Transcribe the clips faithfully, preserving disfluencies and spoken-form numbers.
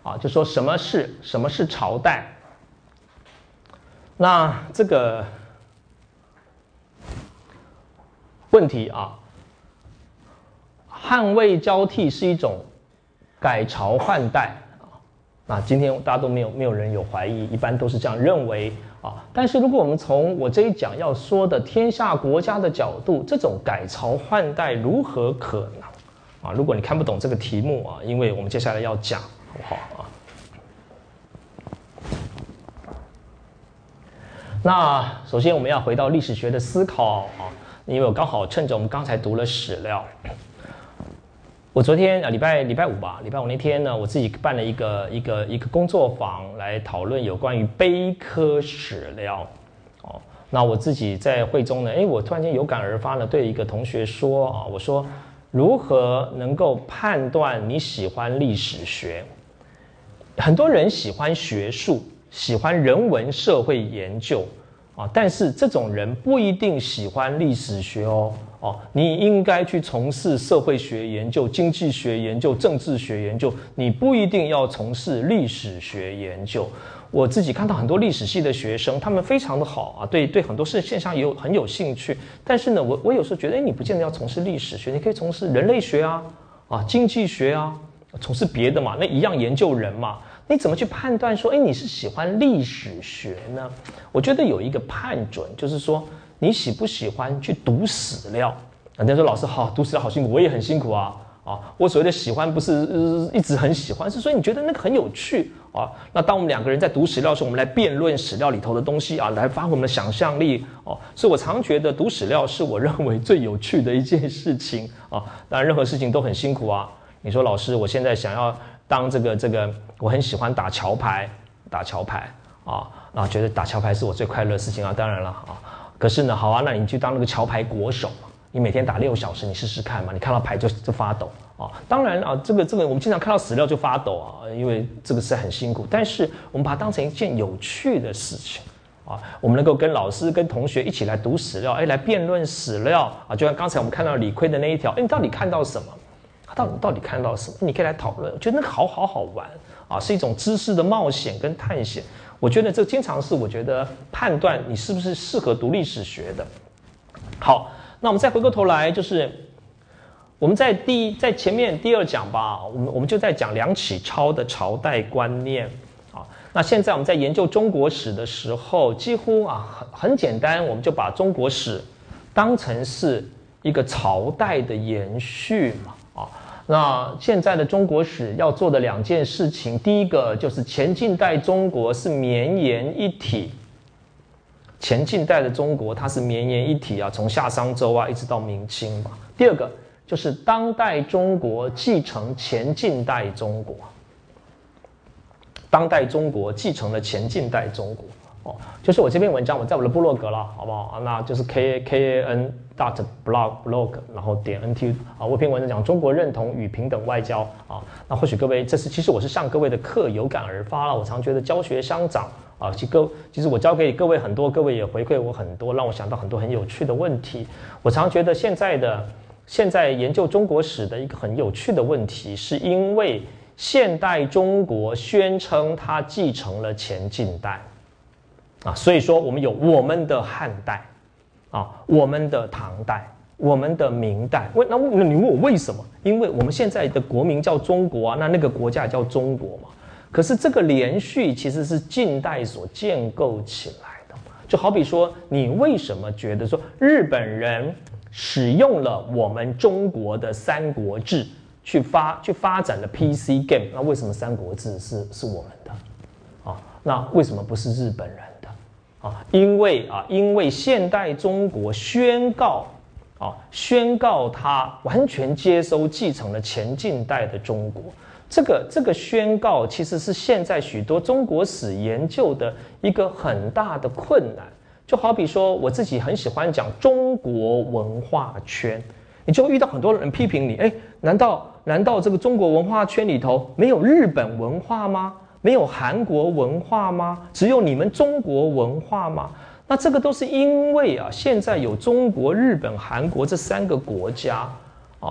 啊，就说什么是什么是朝代。那这个问题啊，汉魏交替是一种改朝换代啊。那今天大家都没有没有人有怀疑，一般都是这样认为啊。但是如果我们从我这一讲要说的天下国家的角度，这种改朝换代如何可能啊？如果你看不懂这个题目啊，因为我们接下来要讲，好不好啊？那首先我们要回到历史学的思考啊，因为我刚好趁着我们刚才读了史料，我昨天啊礼拜礼拜五吧，礼拜五那天呢，我自己办了一个一个一个工作坊来讨论有关于碑刻史料哦。那我自己在会中呢，哎，我突然间有感而发呢，对一个同学说啊，我说如何能够判断你喜欢历史学？很多人喜欢学术。喜欢人文社会研究啊，但是这种人不一定喜欢历史学哦。哦，你应该去从事社会学研究、经济学研究、政治学研究，你不一定要从事历史学研究。我自己看到很多历史系的学生，他们非常的好啊，对对很多事现象也有很有兴趣。但是呢，我我有时候觉得，哎，你不见得要从事历史学，你可以从事人类学啊，啊，经济学啊，从事别的嘛，那一样研究人嘛。你怎么去判断说，哎，你是喜欢历史学呢？我觉得有一个判准，就是说你喜不喜欢去读史料。人家说老师好，读史料好辛苦，我也很辛苦啊。啊，我所谓的喜欢不是、呃、一直很喜欢，是说你觉得那个很有趣啊。那当我们两个人在读史料的时候，我们来辩论史料里头的东西啊，来发挥我们的想象力哦。所以我常觉得读史料是我认为最有趣的一件事情啊。当然，任何事情都很辛苦啊。你说老师，我现在想要当这个这个，我很喜欢打桥牌，打桥牌啊，然后觉得打桥牌是我最快乐的事情啊。当然了啊，可是呢，好啊，那你去当那个桥牌国手，你每天打六小时，你试试看嘛。你看到牌就就发抖啊。当然啊，这个这个我们经常看到史料就发抖啊，因为这个是很辛苦。但是我们把它当成一件有趣的事情啊，我们能够跟老师跟同学一起来读史料，哎，来辩论史料啊。就像刚才我们看到李悝的那一条，哎，你到底看到什么？到底到底看到什么？你可以来讨论。我觉得那个好好好玩啊，是一种知识的冒险跟探险。我觉得这经常是我觉得判断你是不是适合读历史学的。好，那我们再回过头来，就是我们在第一在前面第二讲吧，我们我们就在讲梁启超的朝代观念啊。那现在我们在研究中国史的时候，几乎啊很很简单，我们就把中国史当成是一个朝代的延续嘛啊。那现在的中国史要做的两件事情，第一个就是前近代中国是绵延一体，前近代的中国它是绵延一体啊，从夏商周啊一直到明清嘛。第二个就是当代中国继承前近代中国，当代中国继承了前近代中国。哦，就是我这篇文章，我在我的部落格了，好不好？那就是 k k a n dot blog blog， 然后点 n t 啊。我篇文章讲中国认同与平等外交啊。那或许各位这是其实我是上各位的课有感而发了。我常觉得教学相长啊，其实各其实我教给各位很多，各位也回馈我很多，让我想到很多很有趣的问题。我常觉得现在的现在研究中国史的一个很有趣的问题，是因为现代中国宣称它继承了前近代。啊，所以说我们有我们的汉代，啊，我们的唐代，我们的明代。为那那你问我为什么？因为我们现在的国名叫中国啊，那那个国家也叫中国嘛。可是这个连续其实是近代所建构起来的。就好比说，你为什么觉得说日本人使用了我们中国的《三国志》去发去发展了 P C game？ 那为什么《三国志》是是我们的？啊，那为什么不是日本人？啊，因为啊，因为现代中国宣告啊，宣告它完全接收继承了前近代的中国。这个这个宣告其实是现在许多中国史研究的一个很大的困难。就好比说，我自己很喜欢讲中国文化圈，你就会遇到很多人批评你，哎，难道难道这个中国文化圈里头没有日本文化吗？没有韩国文化吗？只有你们中国文化吗？那这个都是因为啊，现在有中国、日本、韩国这三个国家啊。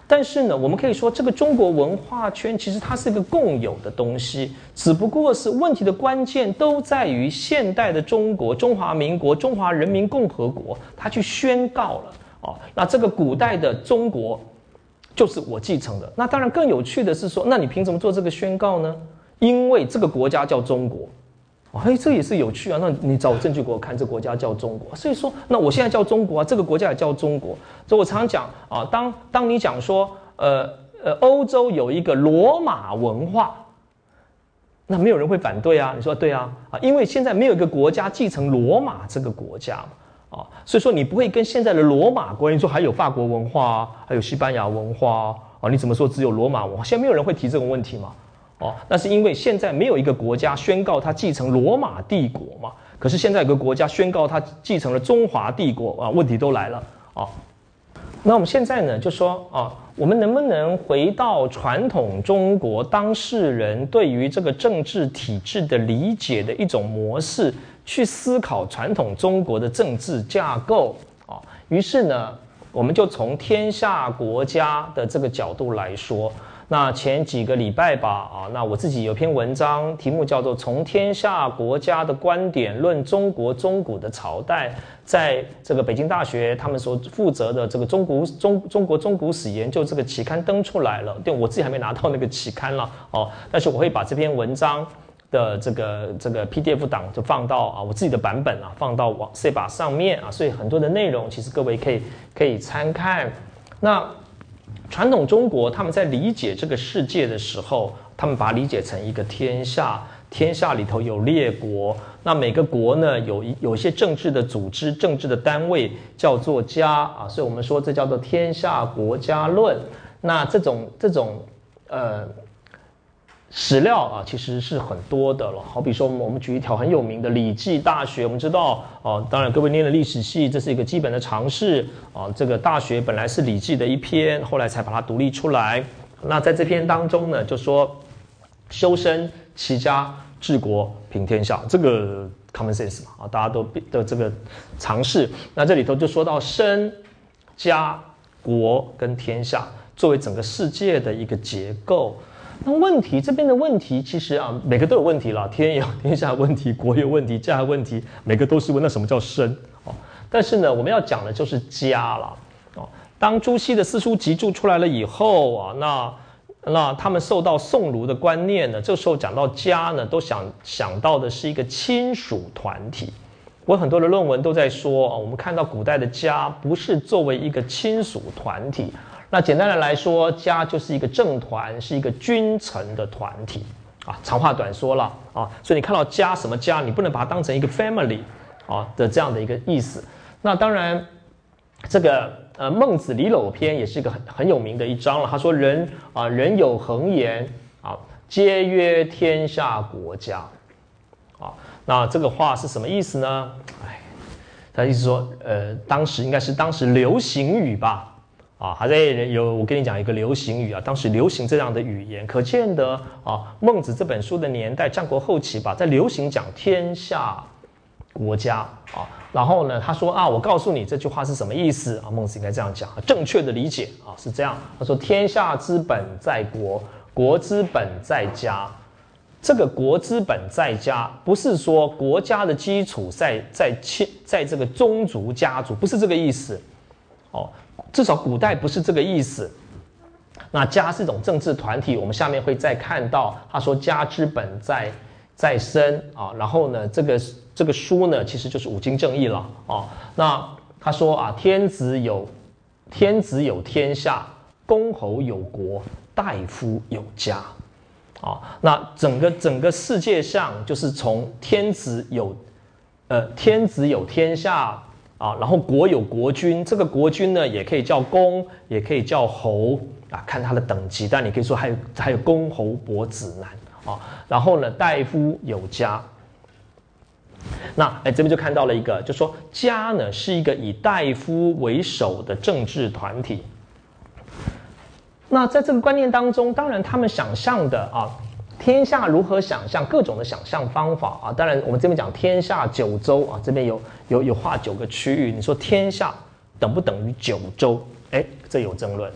但是呢，我们可以说这个中国文化圈其实它是一个共有的东西，只不过是问题的关键都在于现代的中国、中华民国、中华人民共和国，它去宣告了哦，那这个古代的中国就是我继承的。那当然更有趣的是说，那你凭什么做这个宣告呢？因为这个国家叫中国。哦，嘿，这也是有趣啊！那你找证据给我看，这个国家叫中国，所以说，那我现在叫中国啊，这个国家也叫中国。所以我常常讲啊，当当你讲说，呃呃，欧洲有一个罗马文化，那没有人会反对啊。你说对啊，啊，因为现在没有一个国家继承罗马这个国家嘛，啊，所以说你不会跟现在的罗马国，你说还有法国文化啊，还有西班牙文化啊，啊，你怎么说只有罗马文化？现在没有人会提这个问题嘛。哦，那是因为现在没有一个国家宣告它继承罗马帝国嘛，可是现在有个国家宣告它继承了中华帝国啊，问题都来了啊。那我们现在呢，就说啊，我们能不能回到传统中国当事人对于这个政治体制的理解的一种模式，去思考传统中国的政治架构啊？于是呢，我们就从天下国家的这个角度来说。那前几个礼拜吧，啊，那我自己有篇文章，题目叫做《从天下国家的观点论中国中古的朝代》，在这个北京大学他们所负责的这个中国中中国中古史研究这个期刊登出来了，对，我自己还没拿到那个期刊了哦，但是我会把这篇文章的这个这个 P D F 档就放到啊我自己的版本啊，放到网 C 把上面啊，所以很多的内容其实各位可以可以参看。那传统中国他们在理解这个世界的时候，他们把它理解成一个天下，天下里头有列国，那每个国呢有有一些政治的组织、政治的单位叫做家啊，所以我们说这叫做天下国家论。那这种这种呃史料啊，其实是很多的了。好比说，我们举一条很有名的《礼记大学》，我们知道哦，当然各位念了历史系，这是一个基本的常识啊。这个大学本来是《礼记》的一篇，后来才把它独立出来。那在这篇当中呢，就说修身齐家治国平天下，这个 common sense 嘛啊，大家都的这个常识。那这里头就说到身、家、国跟天下作为整个世界的一个结构。那问题这边的问题，其实啊，每个都有问题啦，天有天下问题，国有问题，家有问题，每个都是问。那什么叫身哦？但是呢，我们要讲的就是家啦哦。当朱熹的四书集注出来了以后啊，那那他们受到宋儒的观念呢，这时候讲到家呢，都想想到的是一个亲属团体。我很多的论文都在说啊，我们看到古代的家不是作为一个亲属团体。那简单的来说，家就是一个政团，是一个君臣的团体啊。长话短说了啊，所以你看到家什么家，你不能把它当成一个 family 啊的这样的一个意思。那当然，这个呃孟子离娄篇也是一个很很有名的一章了。他说人啊人有恒言啊，皆曰天下国家啊。那这个话是什么意思呢？哎，他意思说，呃，当时应该是当时流行语吧。啊，还在有我跟你讲一个流行语啊，当时流行这样的语言，可见得啊，孟子这本书的年代，战国后期吧，在流行讲天下国家啊。然后呢，他说啊，我告诉你这句话是什么意思啊？孟子应该这样讲，正确的理解啊是这样。他说：天下之本在国，国之本在家。这个国之本在家，不是说国家的基础在在亲在这个宗族家族，不是这个意思哦。至少古代不是这个意思。那家是一种政治团体，我们下面会再看到，他说家之本在在身啊。然后呢，这个这个书呢，其实就是五经正义了啊。那他说啊，天子有天子有天下，公侯有国，大夫有家啊。那整个整个世界上，就是从天子有呃天子有天下。啊，然后国有国君，这个国君呢，也可以叫公，也可以叫侯啊，看他的等级。但你可以说还有还有公侯伯子男啊。然后呢，大夫有家。那哎，这边就看到了一个，就说家呢是一个以大夫为首的政治团体。那在这个观念当中，当然他们想象的啊。天下如何想象？各种的想象方法啊，当然我们这边讲天下九州啊，这边有有有画九个区域。你说天下等不等于九州？哎，这有争论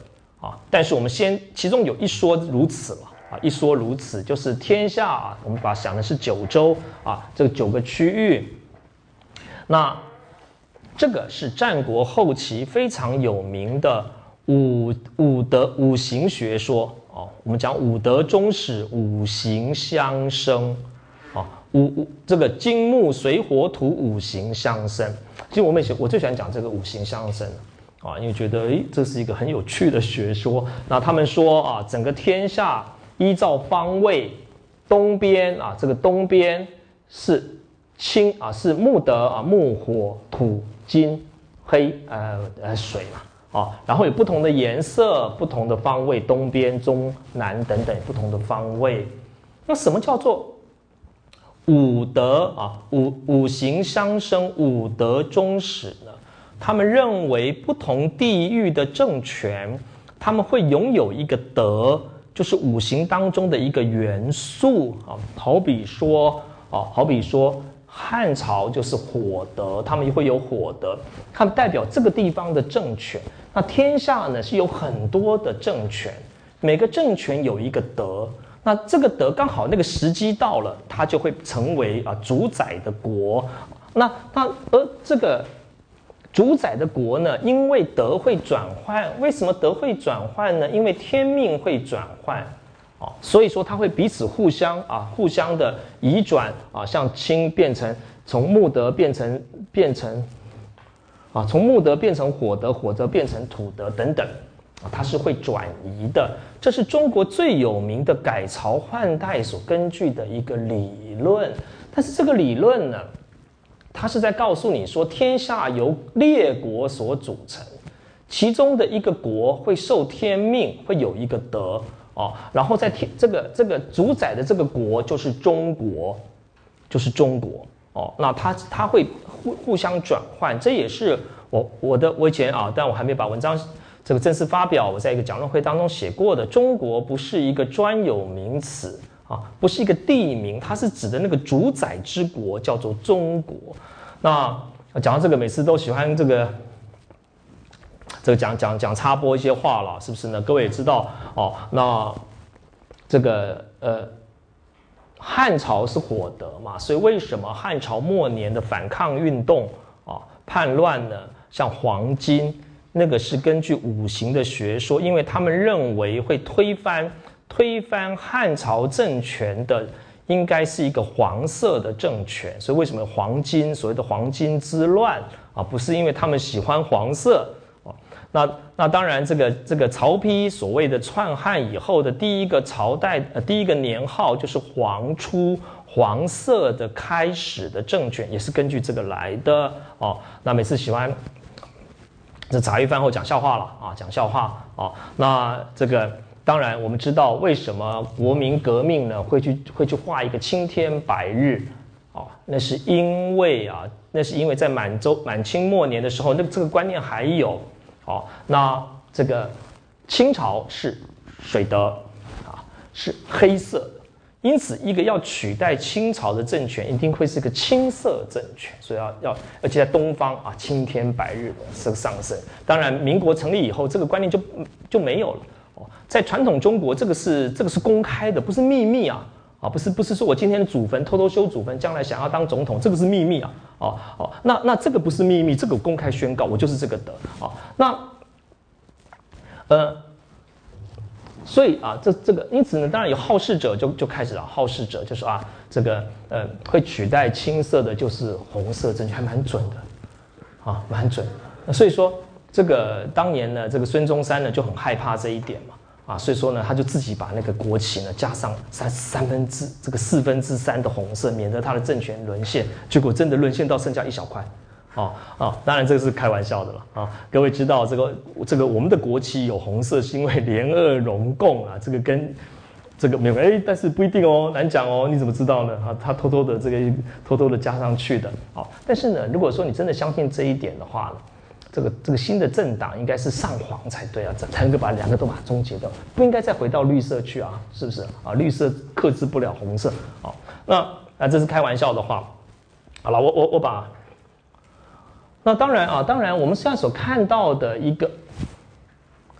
啊。但是我们先，其中有一说如此嘛，啊，一说如此就是天下啊，我们把它想的是九州啊，这个九个区域。那这个是战国后期非常有名的五五德五行学说哦。我们讲五德终始，五行相生，哦，五五这个金木水火土五行相生。其实我们也我最喜欢讲这个五行相生啊，因为觉得诶这是一个很有趣的学说。那他们说啊，整个天下依照方位，东边啊这个东边是金啊是木德啊木火土金黑呃呃水嘛啊，然后有不同的颜色、不同的方位，东边、中南等等不同的方位。那什么叫做五德啊？五五行相生，五德终始呢？他们认为不同地域的政权，他们会拥有一个德，就是五行当中的一个元素啊。好比说啊，好比说。汉朝就是火德，他们会有火德，他们代表这个地方的政权。那天下呢是有很多的政权，每个政权有一个德，那这个德刚好那个时机到了，它就会成为啊主宰的国。那那而这个主宰的国呢，因为德会转换，为什么德会转换呢？因为天命会转换。所以说它会彼此互相啊，互相的移转啊，像氢变成从木德变成变成啊，从木德变成火德，火德变成土德等等啊，它是会转移的。这是中国最有名的改朝换代所根据的一个理论。但是这个理论呢，它是在告诉你说，天下由列国所组成，其中的一个国会受天命，会有一个德。哦，然后在天这个这个主宰的这个国就是中国，就是中国哦。那它它会互互相转换，这也是我我的我以前啊，但我还没把文章这个正式发表，我在一个讲论会当中写过的。中国不是一个专有名词啊，不是一个地名，它是指的那个主宰之国叫做中国。那讲到这个，每次都喜欢这个。这个讲讲讲插播一些话了，是不是呢？各位也知道哦，那这个呃，汉朝是火德嘛，所以为什么汉朝末年的反抗运动啊、叛乱呢？像黄巾那个是根据五行的学说，因为他们认为会推翻推翻汉朝政权的应该是一个黄色的政权，所以为什么黄巾所谓的黄巾之乱啊，不是因为他们喜欢黄色。那那当然，这个这个曹丕所谓的篡汉以后的第一个朝代，呃，第一个年号就是黄初，黄色的开始的政权也是根据这个来的哦。那每次喜欢这茶余饭后讲笑话了啊，讲笑话哦。那这个当然我们知道为什么国民革命呢会去会去画一个青天白日哦，那是因为啊，那是因为在满洲满清末年的时候，那这个观念还有。哦，那这个清朝是水德啊，是黑色的，因此一个要取代清朝的政权，一定会是个青色政权，所以要要，而且在东方啊，青天白日的这个上升。当然，民国成立以后，这个观念就就没有了。哦，在传统中国，这个是这个是公开的，不是秘密啊。啊，不是不是说我今天的祖坟偷偷修祖坟，将来想要当总统，这个是秘密啊！哦哦，那那这个不是秘密，这个公开宣告，我就是这个的啊。那呃，所以啊，这这个因此呢，当然有好事者就就开始了，好事者就说啊，这个呃会取代青色的，就是红色政权，还蛮准的啊，蛮准。那所以说这个当年呢，这个孙中山呢就很害怕这一点嘛。啊，所以说呢，他就自己把那个国旗呢加上三三分之这个四分之三的红色，免得他的政权沦陷。结果真的沦陷到剩下一小块，啊啊！当然这个是开玩笑的了啊。各位知道这个这个我们的国旗有红色，是因为联俄容共啊，这个跟这个没有哎，但是不一定哦，难讲哦，你怎么知道呢？啊，他偷偷的这个偷偷的加上去的。好，但是呢，如果说你真的相信这一点的话呢？这个这个新的政党应该是上黄才对啊，才能够把两个都把它终结掉，不应该再回到绿色去啊，是不是啊？绿色克制不了红色，好，那啊这是开玩笑的话，好了，我我我把，那当然啊，当然我们现在所看到的一个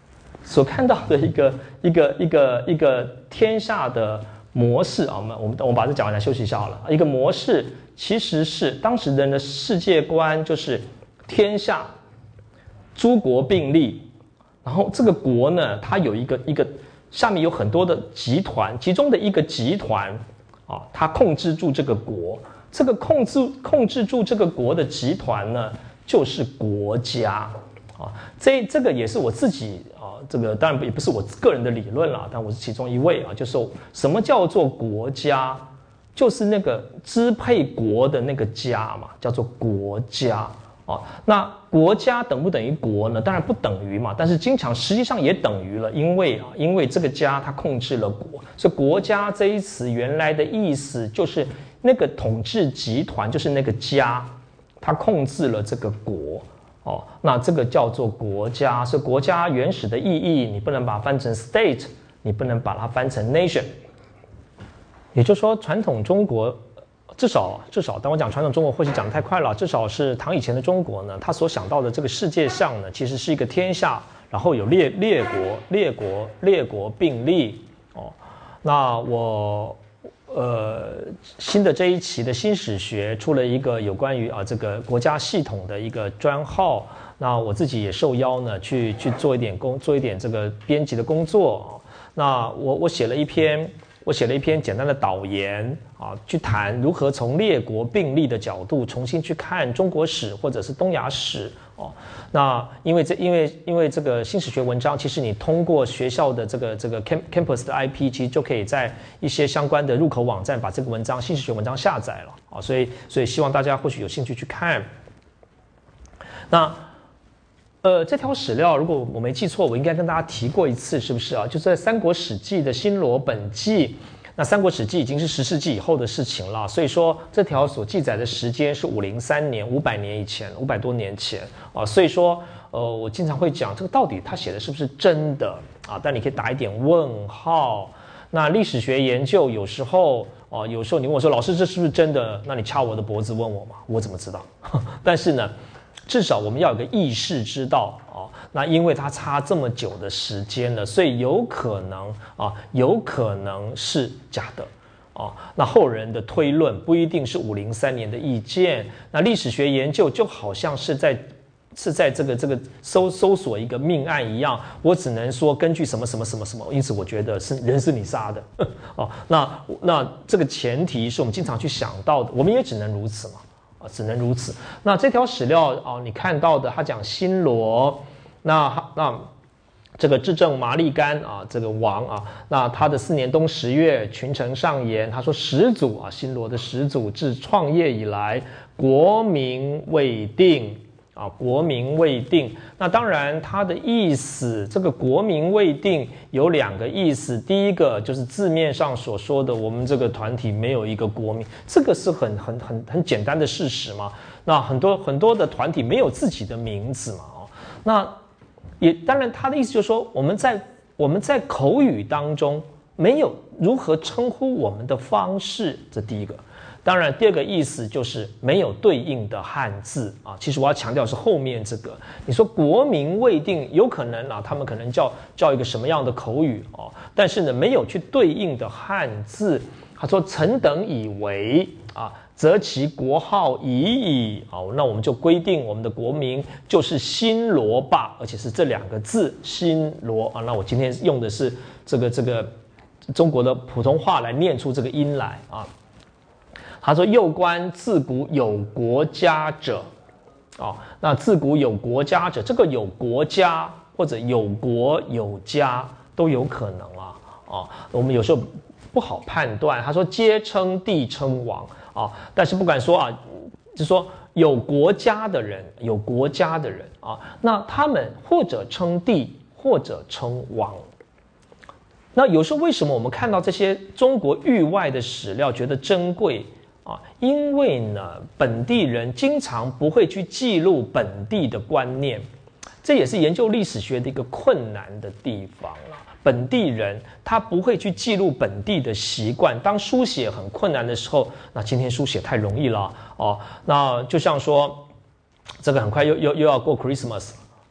所看到的一个一个一个一个天下的模式啊，我们我们我们把这讲完来休息一下好了。一个模式其实是当时人的世界观，就是天下诸国并立，然后这个国呢，它有一个一个下面有很多的集团，其中的一个集团啊，它控制住这个国，这个控制控制住这个国的集团呢，就是国家。啊，这这个也是我自己啊，这个当然也不是我个人的理论啦，但我是其中一位啊。就是什么叫做国家，就是那个支配国的那个家嘛，叫做国家啊。那国家等不等于国呢？当然不等于嘛，但是经常实际上也等于了，因为啊，因为这个家它控制了国，所以国家这一词原来的意思就是那个统治集团，就是那个家，它控制了这个国。哦，那这个叫做国家，是国家原始的意义，你不能把它翻成 state， 你不能把它翻成 nation。也就是说，传统中国，至少至少，当我讲传统中国，或许讲得太快了，至少是唐以前的中国呢，他所想到的这个世界上呢，其实是一个天下，然后有列列国、列国、列国并立。哦，那我。呃，新的这一期的新史学出了一个有关于啊这个国家系统的一个专号，那我自己也受邀呢去去做一点工，做一点这个编辑的工作。那我我写了一篇，我写了一篇简单的导言啊，去谈如何从列国并立的角度重新去看中国史或者是东亚史哦。那因为这因为因为这个新史学文章，其实你通过学校的这个这个 campus 的 I P， 其实就可以在一些相关的入口网站把这个文章新史学文章下载了啊，所以所以希望大家或许有兴趣去看。那呃这条史料如果我没记错，我应该跟大家提过一次，是不是啊？就是在《三国史记》的新罗本纪。那《三国史记》已经是十世纪以后的事情了，所以说这条所记载的时间是五零三年，五百年以前，五百多年前啊。所以说，呃，我经常会讲这个到底他写的是不是真的啊？但你可以打一点问号。那历史学研究有时候哦、啊，有时候你问我说，老师这是不是真的？那你掐我的脖子问我嘛，我怎么知道？但是呢，至少我们要有个意识知道啊。那因为它差这么久的时间了，所以有可能啊，有可能是假的啊。那后人的推论不一定是五零三年的意见。那历史学研究就好像是在是在这个这个搜搜索一个命案一样，我只能说根据什么什么什么什么，因此我觉得是人是你杀的哦。那那这个前提是我们经常去想到的，我们也只能如此嘛啊，只能如此。那这条史料啊，你看到的，他讲新罗。那那这个至正麻利干啊，这个王啊，那他的四年冬十月，群臣上言，他说始祖啊，新罗的始祖自创业以来，国名未定啊，国名未定。那当然，他的意思，这个国名未定有两个意思。第一个就是字面上所说的，我们这个团体没有一个国名，这个是很很很很简单的事实嘛。那很多很多的团体没有自己的名字嘛，哦，那。也当然，他的意思就是说，我们在我们在口语当中没有如何称呼我们的方式，这第一个。当然，第二个意思就是没有对应的汉字啊。其实我要强调是后面这个。你说国名未定，有可能啊，他们可能叫叫一个什么样的口语啊？但是呢，没有去对应的汉字。他说：“臣等以为啊。”则其国号已矣。好，那我们就规定我们的国名就是新罗罢，而且是这两个字新罗啊。那我今天用的是这个这个中国的普通话来念出这个音来啊。他说：“右官自古有国家者，啊，那自古有国家者，这个有国家或者有国有家都有可能啊啊。我们有时候不好判断。他说：皆称帝称王。”啊，但是不敢说啊，就是说有国家的人，有国家的人啊，那他们或者称帝，或者称王。那有时候为什么我们看到这些中国域外的史料觉得珍贵啊？因为呢，本地人经常不会去记录本地的观念，这也是研究历史学的一个困难的地方了。本地人他不会去记录本地的习惯，当书写很困难的时候，那今天书写太容易了哦。那就像说，这个很快又又又要过 Christmas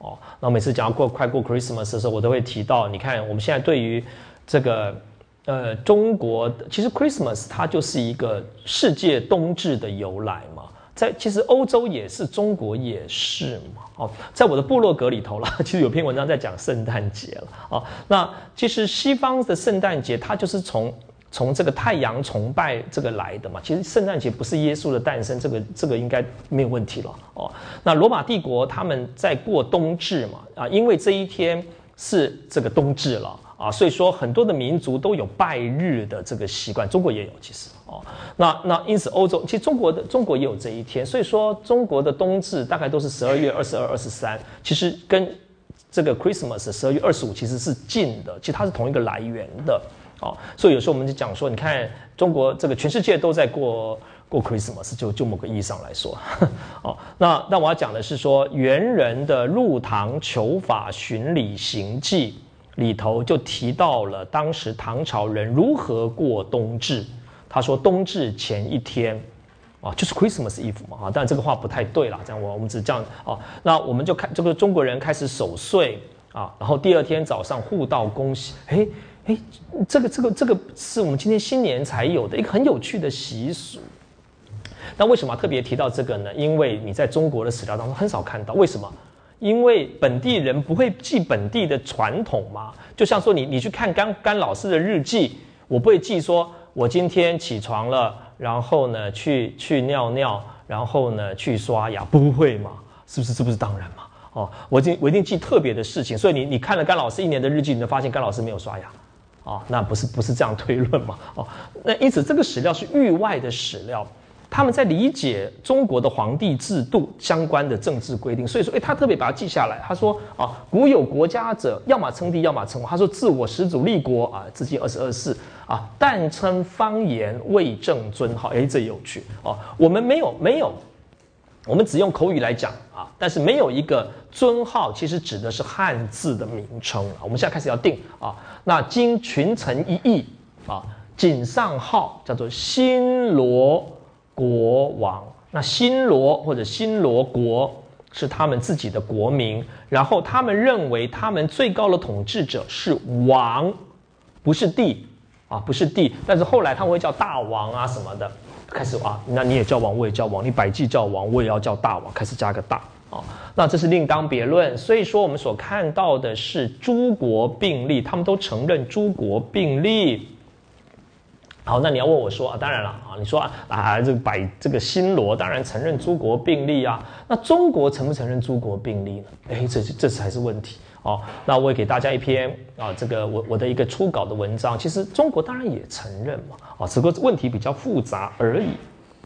哦。那每次讲到过快过 Christmas 的时候，我都会提到，你看我们现在对于这个呃中国，其实 Christmas 它就是一个世界冬至的由来嘛。在其实欧洲也是，中国也是嘛。哦，在我的部落格里头啦，其实有篇文章在讲圣诞节了。哦，那其实西方的圣诞节，它就是从从这个太阳崇拜这个来的嘛。其实圣诞节不是耶稣的诞生，这个这个应该没有问题了。哦，那罗马帝国他们在过冬至嘛，啊，因为这一天是这个冬至了。啊，所以说很多的民族都有拜日的这个习惯，中国也有其实哦。那那因此欧洲其实中国的中国也有这一天，所以说中国的冬至大概都是十二月二十二、二十三，其实跟这个 Christmas 十二月二十五其实是近的，其实它是同一个来源的哦。所以有时候我们就讲说，你看中国这个全世界都在过过 Christmas， 就就某个意义上来说，哦，那那我要讲的是说元人的入唐求法巡礼行记里头就提到了当时唐朝人如何过冬至。他说冬至前一天，啊，就是 Christmas Eve 嘛，啊，但这个话不太对啦，这样我我们只这样啊，那我们就看这个中国人开始守岁啊，然后第二天早上互道恭喜，哎哎，这个这个这个是我们今天新年才有的一个很有趣的习俗。那为什么要特别提到这个呢？因为你在中国的史料当中很少看到，为什么？因为本地人不会记本地的传统嘛，就像说你你去看甘甘老师的日记，我不会记说我今天起床了，然后呢去去尿尿，然后呢去刷牙，不会嘛？是不是？这不是当然嘛？哦，我一定我一定记特别的事情，所以你你看了甘老师一年的日记，你就发现甘老师没有刷牙，哦，那不是不是这样推论嘛？哦，那因此这个史料是域外的史料。他们在理解中国的皇帝制度相关的政治规定，所以说，哎，他特别把它记下来。他说啊，古有国家者，要么称帝，要么称王。他说，自我始祖立国啊，至今二十二世啊，但称方言，未正尊号。哎，这有趣哦。我们没有没有，我们只用口语来讲啊，但是没有一个尊号，其实指的是汉字的名称啊。我们现在开始要定啊，那经群臣一议啊，仅上号叫做新罗国王。那新罗或者新罗国是他们自己的国名，然后他们认为他们最高的统治者是王，不是帝啊，不是帝。但是后来他们会叫大王啊什么的，开始啊，那你也叫王，我也叫王，你百济叫王，我也要叫大王，开始加个大啊。那这是另当别论。所以说我们所看到的是诸国并立，他们都承认诸国并立。好，那你要问我说啊，当然了啊，你说啊啊，这个百这个新罗当然承认诸国并立啊，那中国承不承认诸国并立呢？哎，这这才是问题哦。那我也给大家一篇啊，这个我我的一个初稿的文章，其实中国当然也承认嘛，啊，只不过问题比较复杂而已。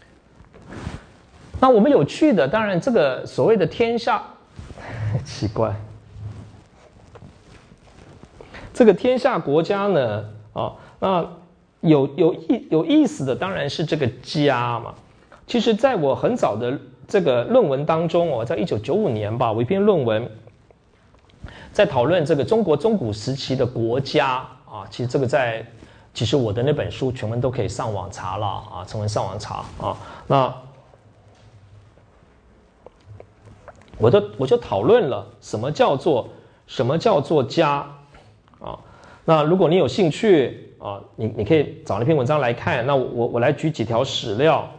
那我们有趣的，当然这个所谓的天下，奇怪，这个天下国家呢，啊，那。有有意有意思的当然是这个家嘛。其实在我很早的这个论文当中哦，在一九九五年吧，我一篇论文在讨论这个中国中古时期的国家啊。其实这个在其实我的那本书全文都可以上网查了啊，全文上网查啊。那我就我就讨论了什么叫做什么叫做家啊。那如果你有兴趣。啊，你你可以找那篇文章来看。那我我来举几条史料。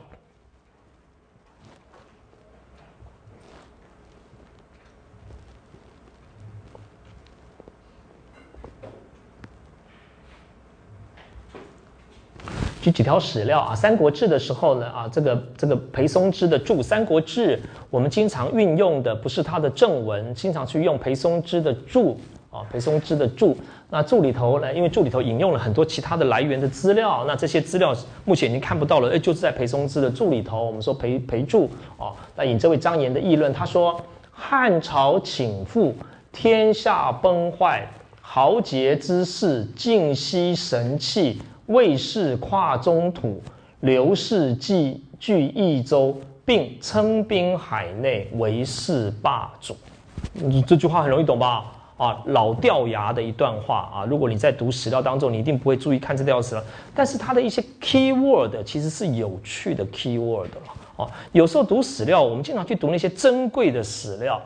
举几条史料啊，《三国志》的时候呢，啊，这个这个裴松之的注《三国志》，我们经常运用的不是它的正文，经常去用裴松之的注啊，裴松之的注。那注里头呢，因为注里头引用了很多其他的来源的资料，那这些资料目前已经看不到了，哎，就是在裴松之的注里头。我们说裴裴注哦，那引这位张炎的议论，他说：汉朝倾覆，天下崩坏，豪杰之士尽息神器，魏氏跨中土，刘氏据据益州，并称兵海内，为世霸主。这句话很容易懂吧？啊，老掉牙的一段话啊！如果你在读史料当中，你一定不会注意看这条史料，但是它的一些 key word 其实是有趣的 key word 了。哦，有时候读史料，我们经常去读那些珍贵的史料，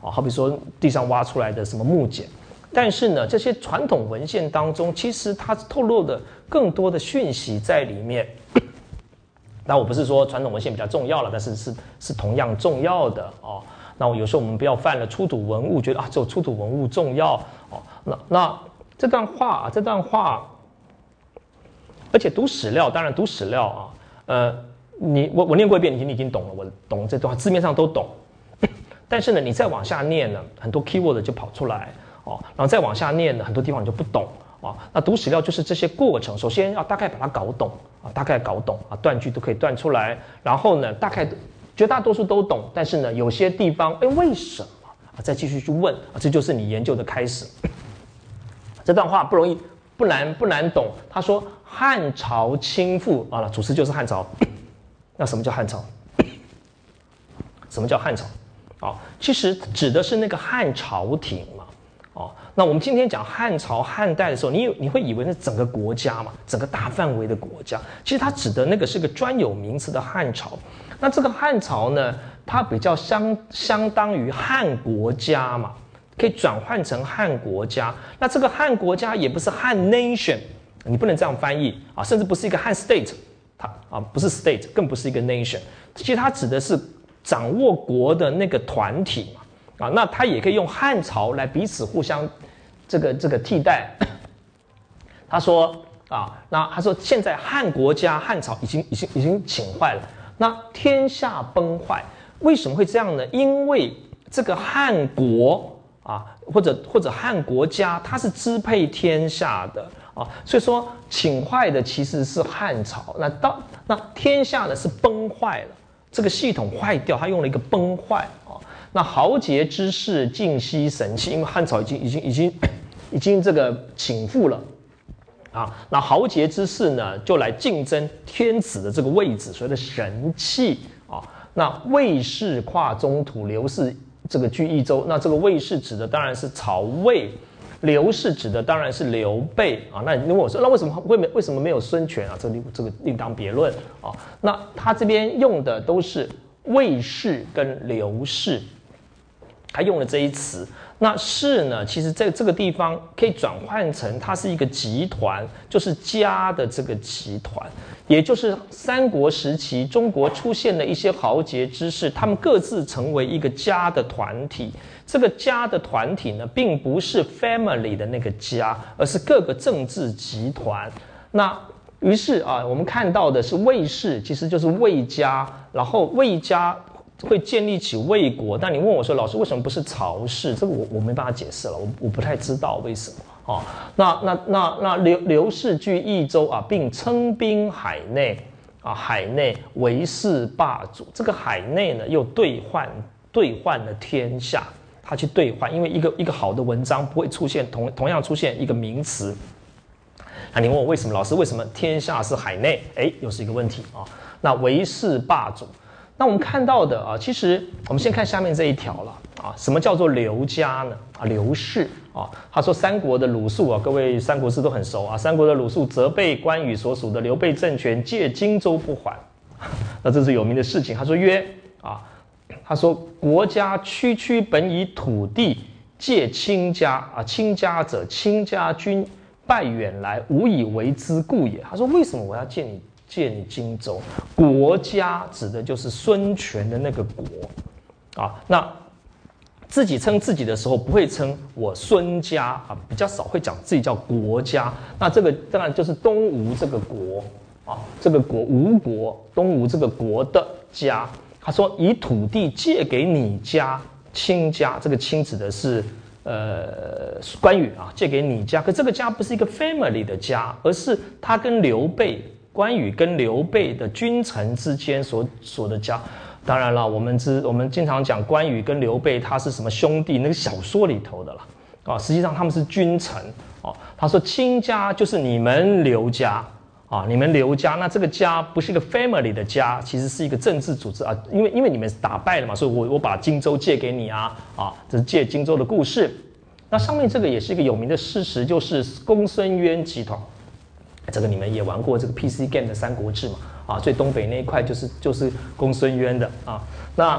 啊，好比说地上挖出来的什么木简。但是呢，这些传统文献当中，其实它透露的更多的讯息在里面。那我不是说传统文献比较重要了，但是是是同样重要的哦。那我有时候我们不要犯了出土文物，觉得啊只有出土文物重要哦。那那这段话啊，这段话，而且读史料，当然读史料啊，呃，你我我念过一遍，你已经懂了，我懂这段话，字面上都懂。但是呢，你再往下念呢，很多 keyword 就跑出来。哦，然后再往下念呢，很多地方你就不懂啊。那读史料就是这些过程，首先要大概把它搞懂啊，大概搞懂啊，断句都可以断出来。然后呢，大概绝大多数都懂，但是呢，有些地方，哎，为什么啊？再继续去问啊，这就是你研究的开始。这段话不容易，不难，不难懂。他说汉朝倾覆啊，主词就是汉朝。那什么叫汉朝？什么叫汉朝？哦，其实指的是那个汉朝廷嘛。哦，那我们今天讲汉朝、汉代的时候，你你会以为是整个国家嘛，整个大范围的国家。其实它指的那个是个专有名词的汉朝。那这个汉朝呢，它比较相相当于汉国家嘛，可以转换成汉国家。那这个汉国家也不是汉 nation， 你不能这样翻译啊，甚至不是一个汉 state， 它啊不是 state， 更不是一个 nation。其实它指的是掌握国的那个团体嘛。啊，那他也可以用汉朝来彼此互相这个这个替代。他说啊，那他说现在汉国家汉朝已经已经已经倾坏了，那天下崩坏，为什么会这样呢？因为这个汉国啊，或者或者汉国家，它是支配天下的啊，所以说倾坏的其实是汉朝，那到那天下呢是崩坏了，这个系统坏掉，他用了一个崩坏啊。那豪杰之士尽息神器，因为汉朝已经已经已经已经这个倾覆了啊。那豪杰之士呢，就来竞争天子的这个位置，所谓的神器啊。那魏氏跨中土，刘氏这个居益州。那这个魏氏指的当然是曹魏，刘氏指的当然是刘备啊。那你问我说，那为什么会没为什么没有孙权啊？这个这个另当别论啊。那他这边用的都是魏氏跟刘氏。他用了这一词，那氏呢？其实在这个地方可以转换成它是一个集团，就是家的这个集团，也就是三国时期中国出现的一些豪杰之士，他们各自成为一个家的团体。这个家的团体呢，并不是 family 的那个家，而是各个政治集团。那于是啊，我们看到的是魏氏，其实就是魏家，然后魏家会建立起魏国。但你问我说，老师为什么不是曹氏？这个我我没办法解释了，我我不太知道为什么哦。那那那那刘刘氏据益州啊，并称兵海内啊，海内为是霸主。这个海内呢，又兑换兑换了天下，他去兑换，因为一个一个好的文章不会出现同同样出现一个名词。那你问我为什么，老师为什么天下是海内？哎，又是一个问题啊。那为是霸主。那我们看到的啊，其实我们先看下面这一条了啊。什么叫做刘家呢？啊，刘氏啊。他说三国的鲁肃啊，各位三国志都很熟啊。三国的鲁肃责备关羽所属的刘备政权借荆州不还，那这是有名的事情。他说曰啊，他说国家区区本以土地借亲家啊，亲家者亲家君败远来，无以为之故也。他说为什么我要借你？借你荆州，国家指的就是孙权的那个国啊。那自己称自己的时候，不会称我孙家啊，比较少会讲自己叫国家。那这个当然就是东吴这个国啊，这个国吴国，东吴这个国的家。他说以土地借给你家亲家，这个亲指的是呃关羽啊，借给你家。可这个家不是一个 family 的家，而是他跟刘备。关羽跟刘备的君臣之间所所的家，当然了，我们知我们经常讲关羽跟刘备他是什么兄弟，那个小说里头的了啊，实际上他们是君臣哦。他说亲家就是你们刘家啊，你们刘家，那这个家不是一个 family 的家，其实是一个政治组织啊，因为因为你们打败了嘛，所以我我把荆州借给你啊啊，这是借荆州的故事。那上面这个也是一个有名的事实，就是公孙渊集团。这个你们也玩过这个 P C game 的《三国志》嘛？啊，最东北那一块就是就是公孙渊的啊。那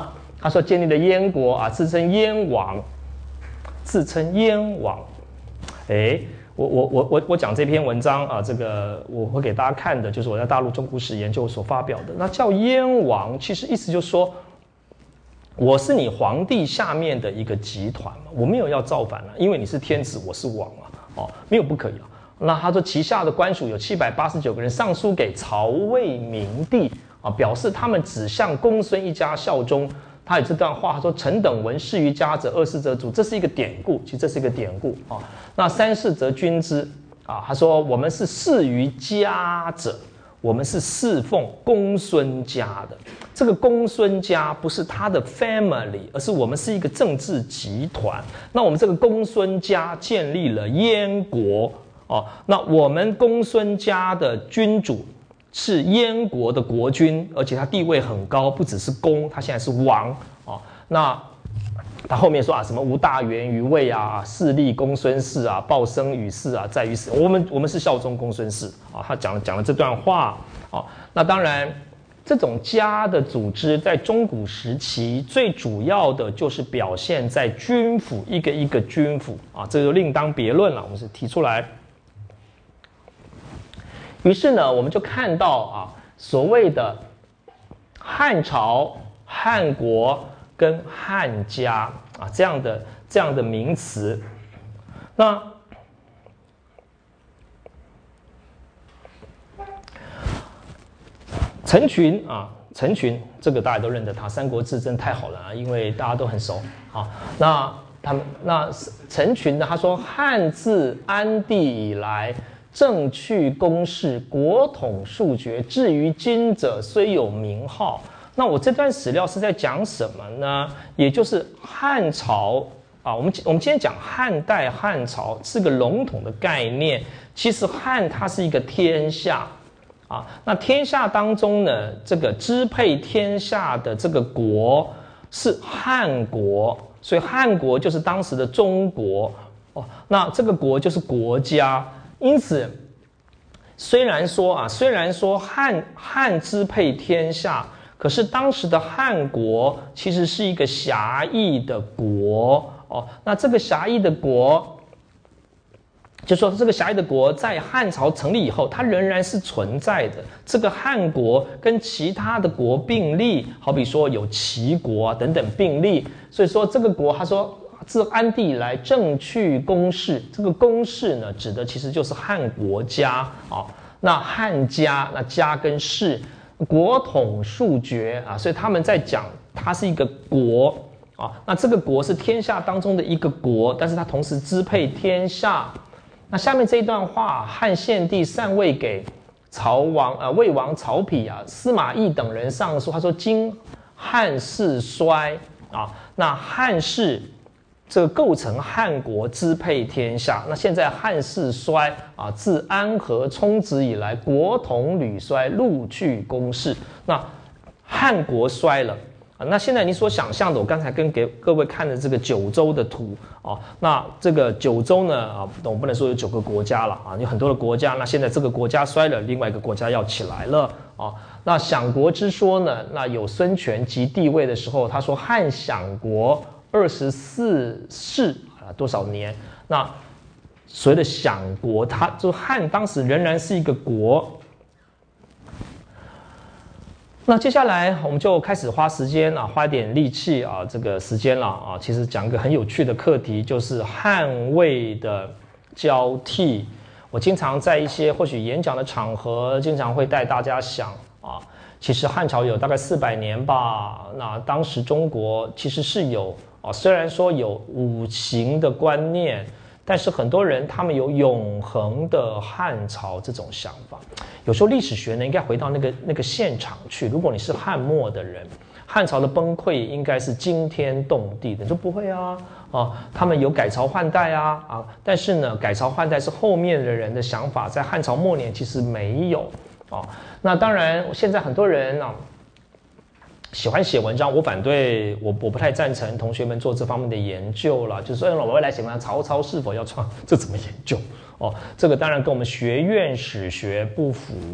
他说建立了燕国啊，自称燕王，自称燕王。哎，我我我我我讲这篇文章啊，这个我会给大家看的，就是我在大陆中古史研究所发表的。那叫燕王，其实意思就是说，我是你皇帝下面的一个集团嘛，我没有要造反了，因为你是天子，我是王啊，哦，没有不可以啊。那他说旗下的官属有七百八十九个人，上书给曹魏明帝啊，表示他们只向公孙一家效忠。他有这段话，他说：“臣等闻事于家者，二世则主。”这是一个典故，其实这是一个典故啊。那三世则君之啊，他说：“我们是事于家者，我们是侍奉公孙家的。这个公孙家不是他的 family， 而是我们是一个政治集团。那我们这个公孙家建立了燕国哦，那我们公孙家的君主是燕国的国君，而且他地位很高，不只是公，他现在是王啊。那他后面说啊，什么吴大源于魏啊，势立公孙氏啊，报生于世啊，在于死。我们我们是效忠公孙氏啊。他讲了讲了这段话啊。那当然，这种家的组织在中古时期最主要的就是表现在军府，一个一个军府啊，这就另当别论了。我们是提出来。于是呢，我们就看到啊，所谓的汉朝、汉国跟汉家啊这样的这样的名词。那陈群啊，陈群这个大家都认得他，《三国志》真太好了啊，因为大家都很熟啊。那他们那陈群呢，他说汉自安帝以来，政去公事，国统数绝，至于今者虽有名号。那我这段史料是在讲什么呢？也就是汉朝啊，我们我们今天讲汉代、汉朝是个笼统的概念。其实汉它是一个天下啊，那天下当中呢，这个支配天下的这个国是汉国，所以汉国就是当时的中国哦。那这个国就是国家。因此，虽然说啊，虽然说汉汉支配天下，可是当时的汉国其实是一个狭义的国哦。那这个狭义的国，就说这个狭义的国在汉朝成立以后，它仍然是存在的。这个汉国跟其他的国并立，好比说有齐国啊等等并立，所以说这个国，他说。自安帝以来，政去公事，这个公事呢，指的其实就是汉国家啊、哦。那汉家，那家跟事，国统数绝啊，所以他们在讲它是一个国啊、哦。那这个国是天下当中的一个国，但是它同时支配天下。那下面这一段话，汉献帝禅位给曹王呃魏王曹丕啊、司马懿等人上书，他说：今汉世衰啊，那汉室。这个构成汉国支配天下。那现在汉室衰啊，自安和充子以来，国统屡衰，陆去公事。那汉国衰了啊。那现在你所想象的，我刚才跟给各位看的这个九州的图啊，那这个九州呢啊，我不能说有九个国家了啊，有很多的国家。那现在这个国家衰了，另外一个国家要起来了啊。那享国之说呢，那有孙权即帝位的时候，他说汉享国。二十四世啊，多少年？那所谓的享国，它就汉当时仍然是一个国。那接下来我们就开始花时间啊，花一点力气啊，这个时间了啊。其实讲一个很有趣的课题，就是汉魏的交替。我经常在一些或许演讲的场合，经常会带大家想啊。其实汉朝有大概四百年吧，那当时中国其实是有啊，虽然说有五行的观念，但是很多人他们有永恒的汉朝这种想法。有时候历史学呢，应该回到那个那个现场去。如果你是汉末的人，汉朝的崩溃应该是惊天动地的，你说不会啊？啊，他们有改朝换代啊啊，但是呢，改朝换代是后面的人的想法，在汉朝末年其实没有。哦，那当然，现在很多人啊喜欢写文章，我反对，我我不太赞成同学们做这方面的研究了。就是说，我未来写文章，曹操是否要创，这怎么研究？哦，这个当然跟我们学院史学不符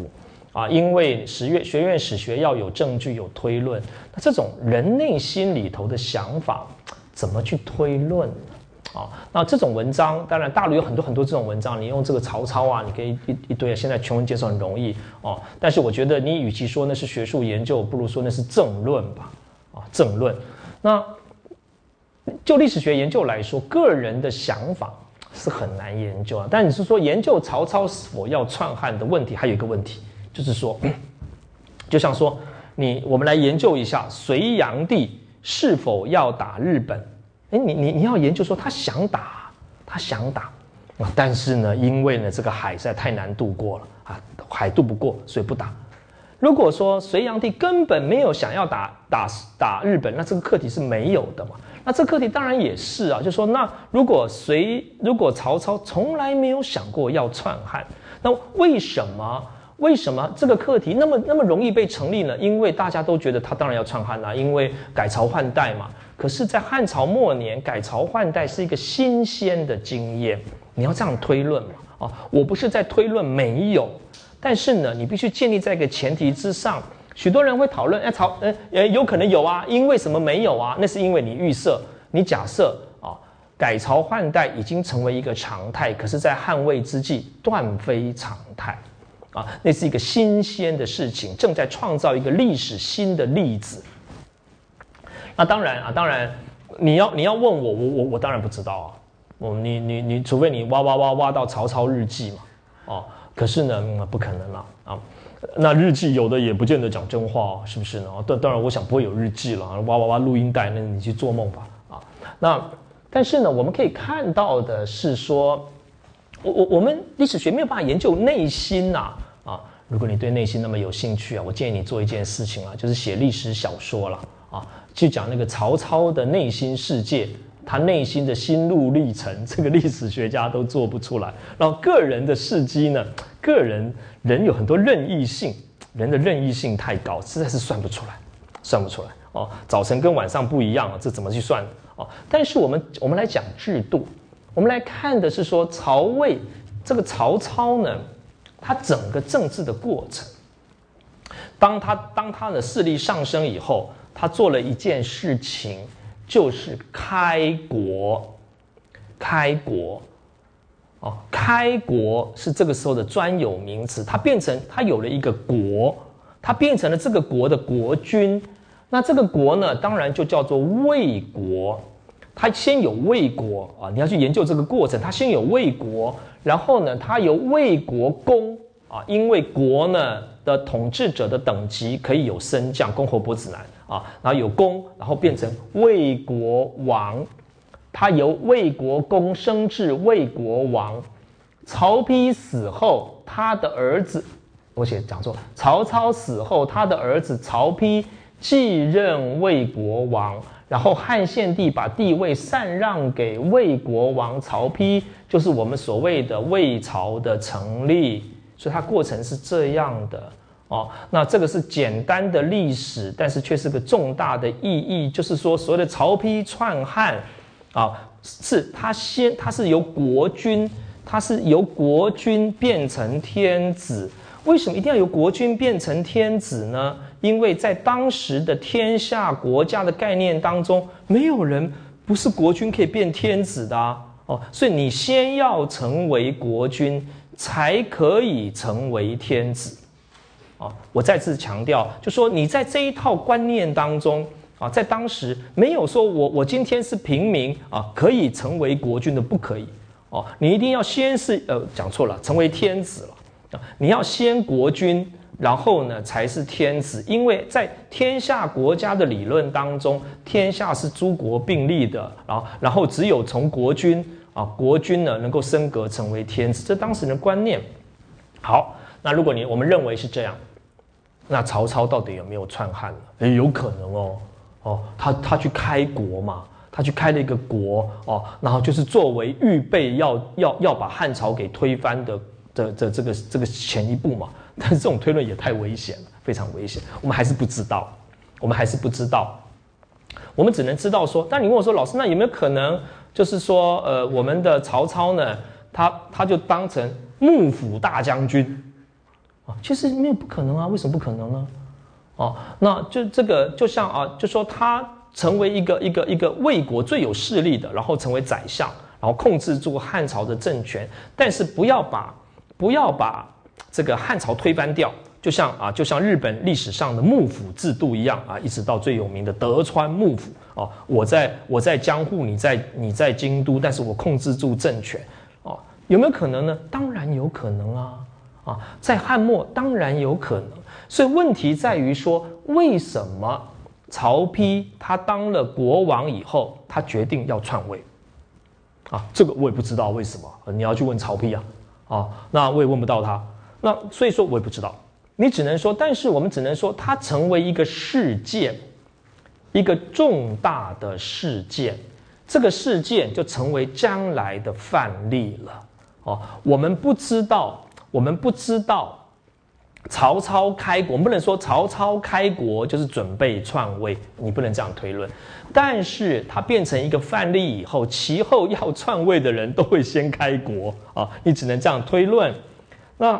啊，因为史院学院史学要有证据有推论，那这种人内心里头的想法怎么去推论呢？啊，那这种文章，当然大陆有很多很多这种文章，你用这个曹操啊，你可以一一堆，现在穷人接受很容易哦。但是我觉得你与其说那是学术研究，不如说那是政论吧，啊，政论。那就历史学研究来说，个人的想法是很难研究啊。但你是说研究曹操是否要篡汉的问题，还有一个问题，就是说，就像说你我们来研究一下隋炀帝是否要打日本。哎，你你你要研究说他想打，他想打，但是呢，因为呢这个海实在太难渡过了啊，海渡不过，所以不打。如果说隋炀帝根本没有想要打打打日本，那这个课题是没有的嘛？那这个课题当然也是啊，就说那如果隋如果曹操从来没有想过要篡汉，那为什么？为什么这个课题那么那么容易被成立呢？因为大家都觉得他当然要篡汉啦，因为改朝换代嘛。可是，在汉朝末年，改朝换代是一个新鲜的经验，你要这样推论嘛？啊，我不是在推论没有，但是呢，你必须建立在一个前提之上。许多人会讨论，哎，朝，呃，呃，有可能有啊，因为什么没有啊？那是因为你预设，你假设啊，改朝换代已经成为一个常态，可是，在汉魏之际，断非常态。啊，那是一个新鲜的事情，正在创造一个历史新的例子。那当然啊，当然你要你要问我，我我我当然不知道啊。哦，你你你，除非你挖挖挖挖到曹操日记嘛，哦，可是呢，嗯、不可能啦啊。那日记有的也不见得讲真话哦，是不是呢？当当然，我想不会有日记了，挖挖挖录音带，那你去做梦吧啊。那但是呢，我们可以看到的是说。我我我们历史学没有办法研究内心呐 啊, 啊！如果你对内心那么有兴趣啊，我建议你做一件事情啊，就是写历史小说了啊，去讲那个曹操的内心世界，他内心的心路历程，这个历史学家都做不出来。然后个人的事迹呢，个人人有很多任意性，人的任意性太高，实在是算不出来，算不出来哦。早晨跟晚上不一样，这怎么去算哦？但是我们我们来讲制度。我们来看的是说曹魏这个曹操呢，他整个政治的过程，当他当他的势力上升以后，他做了一件事情，就是开国。开国，哦，开国是这个时候的专有名词，它变成他有了一个国，他变成了这个国的国君。那这个国呢，当然就叫做魏国。他先有魏国啊，你要去研究这个过程。他先有魏国，然后呢，他由魏国公啊，因为国呢的统治者的等级可以有升降，公侯伯子男啊，然后有公，然后变成魏国王。他由魏国公升至魏国王。曹丕死后，他的儿子，我写讲错，曹操死后，他的儿子曹丕继任魏国王。然后汉献帝把地位禅让给魏国王曹丕，就是我们所谓的魏朝的成立，所以它过程是这样的哦。那这个是简单的历史，但是却是个重大的意义，就是说所谓的曹丕篡汉啊，是他先他是由国君，他是由国君变成天子。为什么一定要由国君变成天子呢？因为在当时的天下国家的概念当中，没有人不是国君可以变天子的啊！哦，所以你先要成为国君，才可以成为天子。哦，我再次强调，就说你在这一套观念当中啊，在当时没有说我我今天是平民啊，可以成为国君的，不可以哦，你一定要先是呃讲错了，成为天子了。你要先国君，然后呢才是天子，因为在天下国家的理论当中，天下是诸国并立的，然后然后只有从国君啊，国君呢能够升格成为天子，这当时的观念。好，那如果你我们认为是这样，那曹操到底有没有篡汉呢？诶，有可能哦，哦，他他去开国嘛，他去开了一个国哦，然后就是作为预备要要要把汉朝给推翻的。的的这个这个前一步嘛，但是这种推论也太危险了，非常危险。我们还是不知道，我们还是不知道，我们只能知道说。但你问我说，老师，那有没有可能，就是说，呃，我们的曹操呢，他他就当成幕府大将军， 啊，其实没有不可能啊，为什么不可能呢？哦，那就这个就像啊，就说他成为一个一个一个魏国最有势力的，然后成为宰相，然后控制住汉朝的政权，但是不要把不要把这个汉朝推翻掉，就像啊就像日本历史上的幕府制度一样啊，一直到最有名的德川幕府哦，我在我在江户，你在你在京都，但是我控制住政权哦，有没有可能呢？当然有可能啊啊，在汉末当然有可能。所以问题在于说，为什么曹丕他当了国王以后，他决定要篡位？啊，这个我也不知道为什么，你要去问曹丕啊，啊，那我也问不到他，那所以说我也不知道。你只能说，但是我们只能说，它成为一个事件，一个重大的事件，这个事件就成为将来的范例了。哦，我们不知道，我们不知道。曹操开国，我们不能说曹操开国就是准备篡位，你不能这样推论。但是他变成一个范例以后，其后要篡位的人都会先开国啊，你只能这样推论。那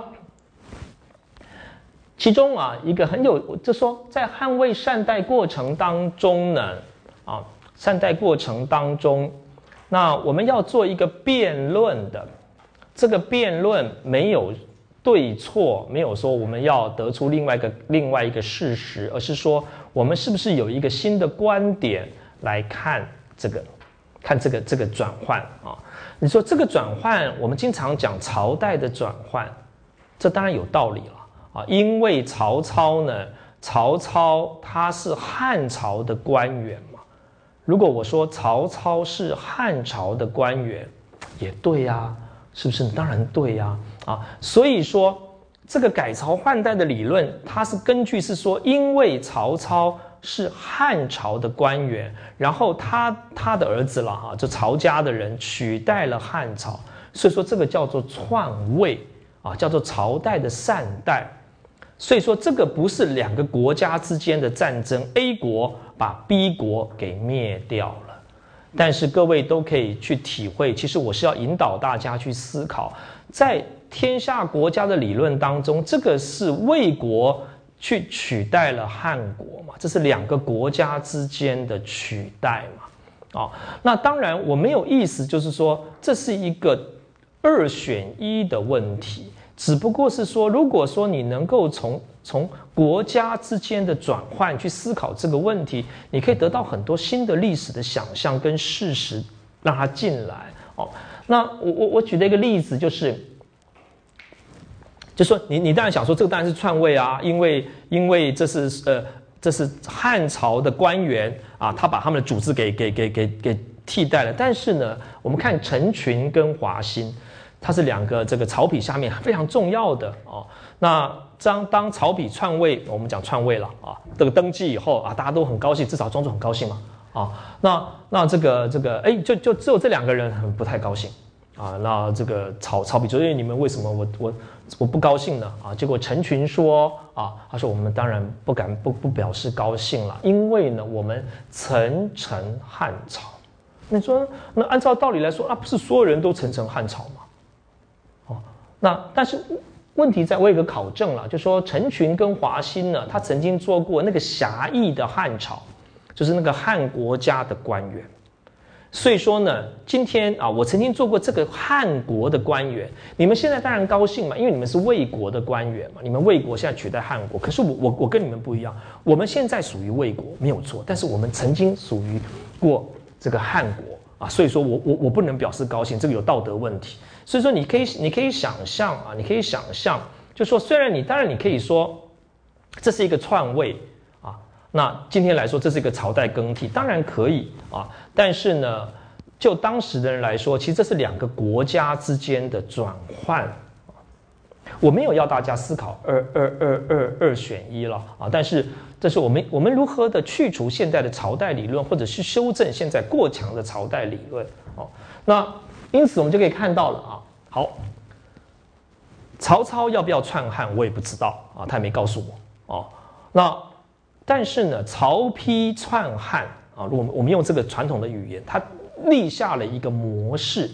其中啊，一个很有，就说在汉魏善代过程当中呢，啊，善代过程当中，那我们要做一个辩论的，这个辩论没有对错，没有说我们要得出另外一个另外一个事实，而是说我们是不是有一个新的观点来看这个，看这个这个转换啊？你说这个转换，我们经常讲朝代的转换，这当然有道理了啊，因为曹操呢，曹操他是汉朝的官员嘛。如果我说曹操是汉朝的官员，也对呀、啊，是不是？当然对呀、啊，啊，所以说这个改朝换代的理论，它是根据是说，因为曹操是汉朝的官员，然后他他的儿子了哈，就曹家的人取代了汉朝，所以说这个叫做篡位啊，叫做朝代的善代。所以说这个不是两个国家之间的战争 ，A 国把 B 国给灭掉了。但是各位都可以去体会，其实我是要引导大家去思考，在天下国家的理论当中，这个是魏国去取代了汉国嘛，这是两个国家之间的取代嘛。哦，那当然我没有意思，就是说这是一个二选一的问题，只不过是说，如果说你能够从从国家之间的转换去思考这个问题，你可以得到很多新的历史的想象跟事实，让它进来。哦，那我我我举的一个例子就是，就说你你当然想说这个当然是篡位啊，因为因为这是呃这是汉朝的官员啊，他把他们的主子给给给给给替代了。但是呢，我们看陈群跟华歆，它是两个这个曹丕下面非常重要的哦。那当当曹丕篡位，我们讲篡位了啊，这个登基以后啊，大家都很高兴，至少庄主很高兴嘛啊。那那这个这个哎，就就只有这两个人很不太高兴啊。那这个曹曹丕说：“哎，你们为什么我我我不高兴呢？”啊，结果陈群说啊，他说我们当然不敢不不表示高兴了，因为呢我们曾承汉朝。那你说那按照道理来说啊，不是所有人都曾承汉朝吗？哦，那但是。问题在，我有个考证了，就说陈群跟华歆呢，他曾经做过那个狭义的汉朝，就是那个汉国家的官员。所以说呢，今天啊，我曾经做过这个汉国的官员，你们现在当然高兴嘛，因为你们是魏国的官员嘛，你们魏国现在取代汉国。可是我我我跟你们不一样，我们现在属于魏国没有错，但是我们曾经属于过这个汉国啊，所以说我我我不能表示高兴，这个有道德问题。所以说，你可以，你可以想象啊，你可以想象，就说虽然你当然你可以说这是一个篡位啊，那今天来说这是一个朝代更替，当然可以啊，但是呢，就当时的人来说，其实这是两个国家之间的转换。我没有要大家思考二二二二二选一了啊，但是这是我们我们如何的去除现在的朝代理论，或者是修正现在过强的朝代理论哦，那。因此，我们就可以看到了啊。好，曹操要不要篡汉，我也不知道啊，他也没告诉我哦。那但是呢，曹丕篡汉啊，如果我们用这个传统的语言，他立下了一个模式。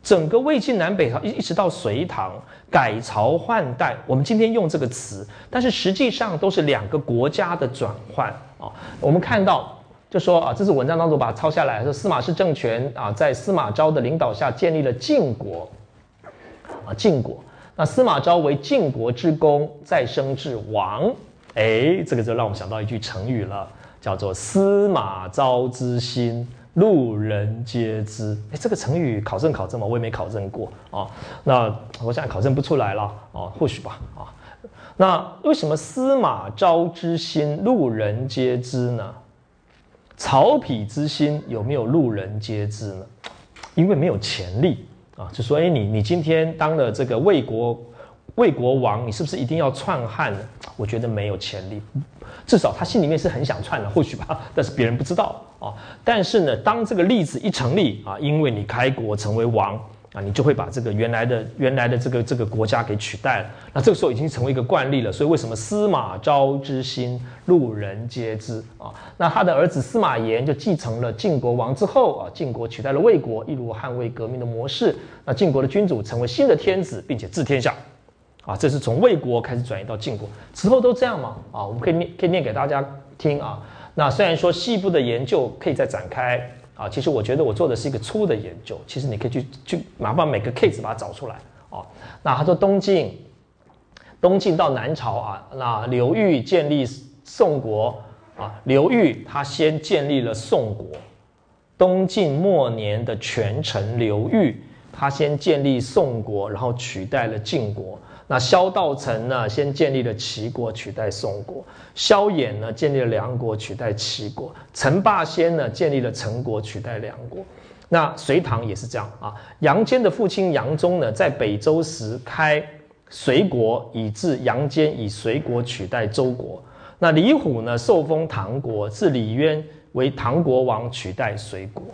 整个魏晋南北朝一一直到隋唐改朝换代，我们今天用这个词，但是实际上都是两个国家的转换啊。我们看到就说啊，这是文章当中把它抄下来，说司马氏政权啊，在司马昭的领导下建立了晋国啊，晋国。那司马昭为晋国之公，再升至王。哎，这个就让我们想到一句成语了，叫做司马昭之心，路人皆知。哎，这个成语考证考证吗？我也没考证过啊。那我想考证不出来了啊，或许吧啊。那为什么司马昭之心，路人皆知呢？曹丕之心有没有路人皆知呢？因为没有潜力啊，就说哎，你你今天当了这个魏国魏国王，你是不是一定要篡汉呢？我觉得没有潜力，至少他心里面是很想篡的，或许吧，但是别人不知道啊。但是呢，当这个例子一成立啊，因为你开国成为王啊，你就会把这个原来的原来的这个这个国家给取代了。那这个时候已经成为一个惯例了，所以为什么司马昭之心，路人皆知啊？那他的儿子司马炎就继承了晋国王之后啊，晋国取代了魏国，一如汉魏革命的模式。那晋国的君主成为新的天子，并且治天下。啊，这是从魏国开始转移到晋国，之后都这样嘛？啊，我们可以念可以念给大家听啊。那虽然说细部的研究可以再展开啊，其实我觉得我做的是一个粗的研究。其实你可以去去麻烦每个 case 把它找出来啊。那他说东晋，东晋到南朝啊，那刘裕建立宋国啊，刘裕他先建立了宋国。东晋末年的权臣刘裕，他先建立宋国，然后取代了晋国。那萧道成呢，先建立了齐国，取代宋国；萧衍呢，建立了梁国，取代齐国；陈霸先呢，建立了陈国，取代梁国。那隋唐也是这样啊。杨坚的父亲杨忠呢，在北周时开隋国，以致杨坚以隋国取代周国。那李虎呢，受封唐国，自李渊为唐国王，取代隋国。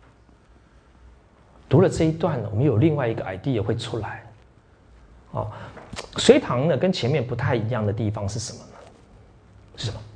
读了这一段呢，我们有另外一个 idea 会出来。哦，隋唐呢跟前面不太一样的地方是什么呢？是什么？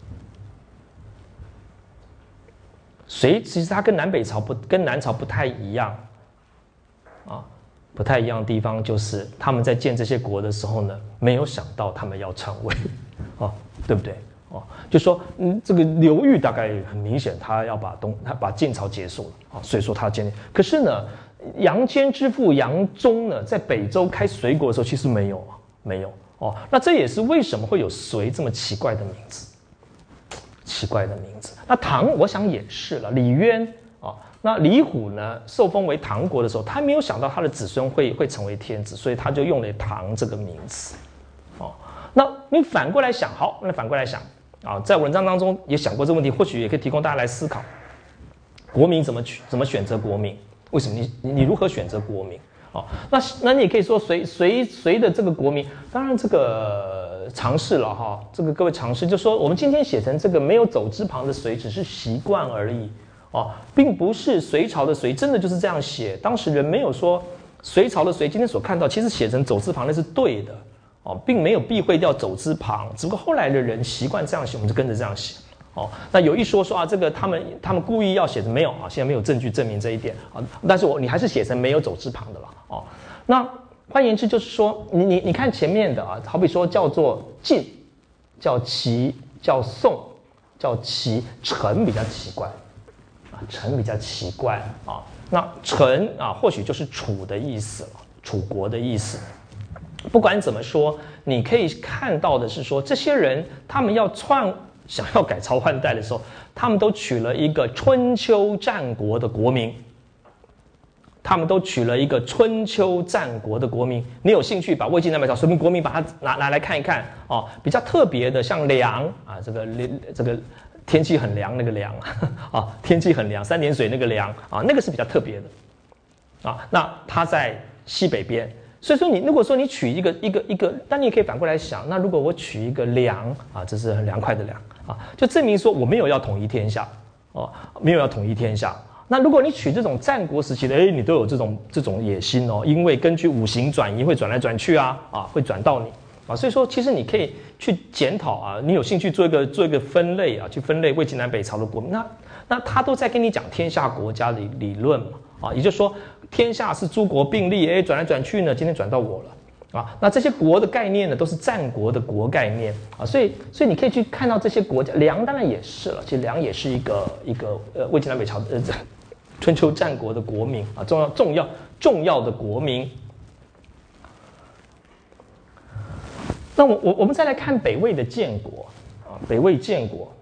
隋其实它跟南北朝不跟南朝不太一样啊，不太一样的地方就是他们在建这些国的时候呢，没有想到他们要篡位，哦，对不对？哦，就说嗯，这个刘裕大概很明显，他要把东他把晋朝结束了啊，所以说他建立。可是呢，杨坚之父杨忠呢，在北周开隋国的时候，其实没有啊，没有哦。那这也是为什么会有隋这么奇怪的名字，奇怪的名字。那唐，我想也是了。李渊啊，那李虎呢，受封为唐国的时候，他没有想到他的子孙会会成为天子，所以他就用了唐这个名字。哦，那你反过来想，好，那反过来想啊，在文章当中也想过这个问题，或许也可以提供大家来思考，国名怎么取，怎么选择国名？为什么你你你如何选择国名？哦，那那你也可以说隋隋隋的这个国名，当然这个尝试了哈，这个各位尝试，就说我们今天写成这个没有走之旁的隋，只是习惯而已哦，并不是隋朝的隋真的就是这样写，当时人没有说隋朝的隋，今天所看到其实写成走之旁那是对的哦，并没有避讳掉走之旁，只不过后来的人习惯这样写，我们就跟着这样写。哦，那有一说说啊，这个他们他们故意要写成没有啊，现在没有证据证明这一点啊。但是我你还是写成没有走之旁的了哦。那换言之就是说，你你你看前面的啊，好比说叫做晋，叫齐，叫宋，叫齐，陈比较奇怪啊，陈比较奇怪啊。那陈啊，或许就是楚的意思了，楚国的意思。不管怎么说，你可以看到的是说，这些人他们要篡。想要改朝换代的时候，他们都取了一个春秋战国的国名，他们都取了一个春秋战国的国名。你有兴趣把魏晋南北朝随便国名把它拿拿来看一看哦。比较特别的，像凉啊，这个这个天气很凉那个凉啊，天气很凉，三点水那个凉啊，那个是比较特别的啊。那它在西北边。所以说，你如果说你取一个一个一个，但你也可以反过来想，那如果我取一个凉啊，这是很凉快的凉啊，就证明说我没有要统一天下哦，没有要统一天下。那如果你取这种战国时期的，哎，你都有这种这种野心哦，因为根据五行转移会转来转去啊，啊，会转到你啊，所以说其实你可以去检讨啊，你有兴趣做一个做一个分类啊，去分类魏晋南北朝的国民，那那他都在跟你讲天下国家的理论嘛。 啊，也就是说天下是诸国并立，哎，转来转去呢，今天转到我了啊。那这些国的概念呢，都是战国的国概念啊，所以所以你可以去看到这些国家，梁当然也是了，其实梁也是一个一个呃魏晋南北朝呃春秋战国的国民啊，重要重要重要的国民。那我我我们再来看北魏的建国啊，北魏建国。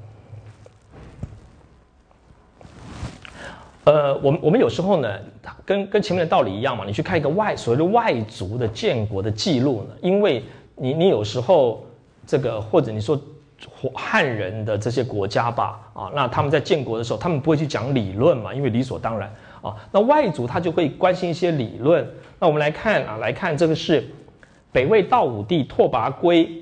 呃，我们我们有时候呢，跟跟前面的道理一样嘛，你去看一个外所谓的外族的建国的记录呢，因为你你有时候这个或者你说汉人的这些国家吧，啊，那他们在建国的时候，他们不会去讲理论嘛，因为理所当然啊。那外族他就会关心一些理论。那我们来看啊，来看这个是北魏道武帝拓跋圭，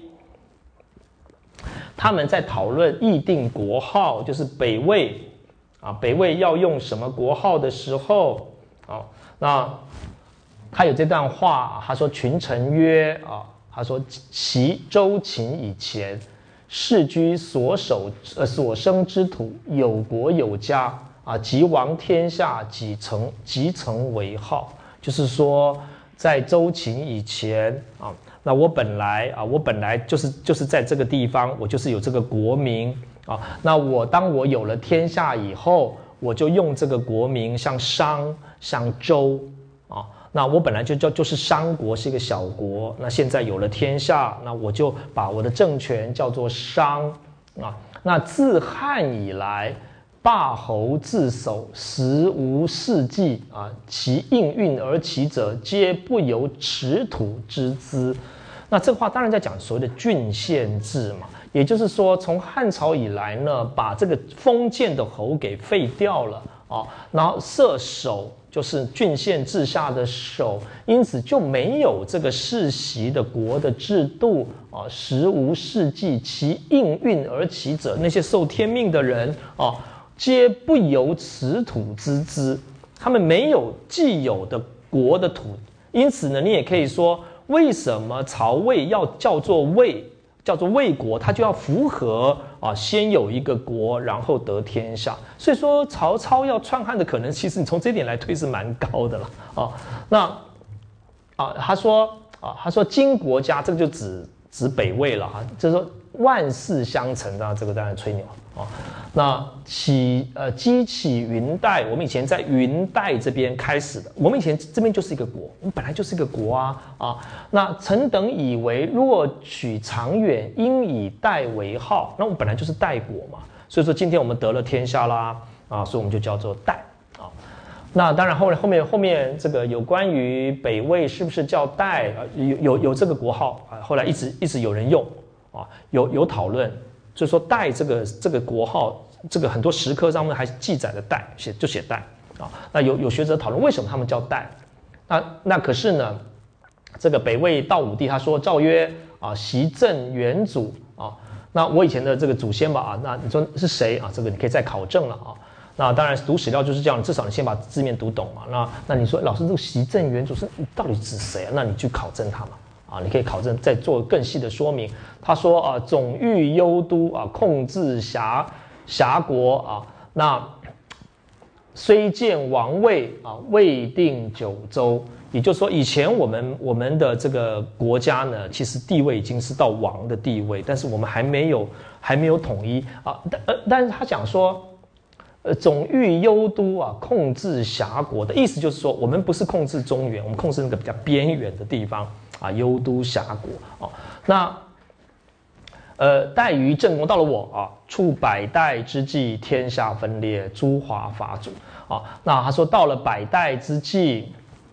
他们在讨论议定国号，就是北魏。啊，北魏要用什么国号的时候，啊，那他有这段话，他说：“群臣曰，啊，他说其周秦以前，世居所守呃所生之土，有国有家啊，即亡天下，即成即成为号。”就是说，在周秦以前啊，那我本来啊，我本来就是就是在这个地方，我就是有这个国名。啊，那我当我有了天下以后，我就用这个国名，像商、像周啊，那我本来就叫就是商国，是一个小国。那现在有了天下，那我就把我的政权叫做商啊。那自汉以来，霸侯自守，实无事迹啊。其应运而起者，皆不由持土之资。那这话当然在讲所谓的郡县制嘛。也就是说，从汉朝以来呢，把这个封建的侯给废掉了啊，然后设守，就是郡县治下的守，因此就没有这个世袭的国的制度啊，实无事迹，其应运而起者，那些受天命的人啊，皆不由此土之资，他们没有既有的国的土，因此呢，你也可以说，为什么曹魏要叫做魏？叫做魏国，它就要符合啊，先有一个国，然后得天下。所以说曹操要篡汉的可能，其实你从这点来推是蛮高的了啊。那啊，他说啊，他说今国家，这个就指指北魏了啊，就是说万事相承啊，这个当然吹牛啊。那起呃激起云代，我们以前在云代这边开始的，我们以前这边就是一个国，我们本来就是一个国啊啊。那臣等以为若取长远，应以代为号，那我们本来就是代国嘛，所以说今天我们得了天下啦啊，所以我们就叫做代啊。那当然后面后面后面这个有关于北魏是不是叫代啊，有有有这个国号啊，后来一直一直有人用啊，有有讨论。就是说代这个这个国号，这个很多石刻上面还记载的代，写就写代啊。那有有学者讨论为什么他们叫代，那那可是呢，这个北魏道武帝他说诏曰啊，习朕元祖啊。那我以前的这个祖先吧啊，那你说是谁啊？这个你可以再考证了啊。那当然读史料就是这样，至少你先把字面读懂嘛。那那你说老师这个习朕元祖是到底指谁啊？那你去考证他嘛。啊，你可以考证，再做更细的说明。他说啊，总欲幽都啊，控制辖辖国啊，那虽建王位啊，未定九州。也就是说，以前我们我们的这个国家呢，其实地位已经是到王的地位，但是我们还没有还没有统一啊。但呃，但是他讲说，呃，总欲幽都啊，控制辖国的意思就是说，我们不是控制中原，我们控制那个比较边缘的地方。啊，幽都辖国哦，那呃，待于正宫，到了我啊，处百代之际，天下分裂，诸华伐主啊。那他说到了百代之际，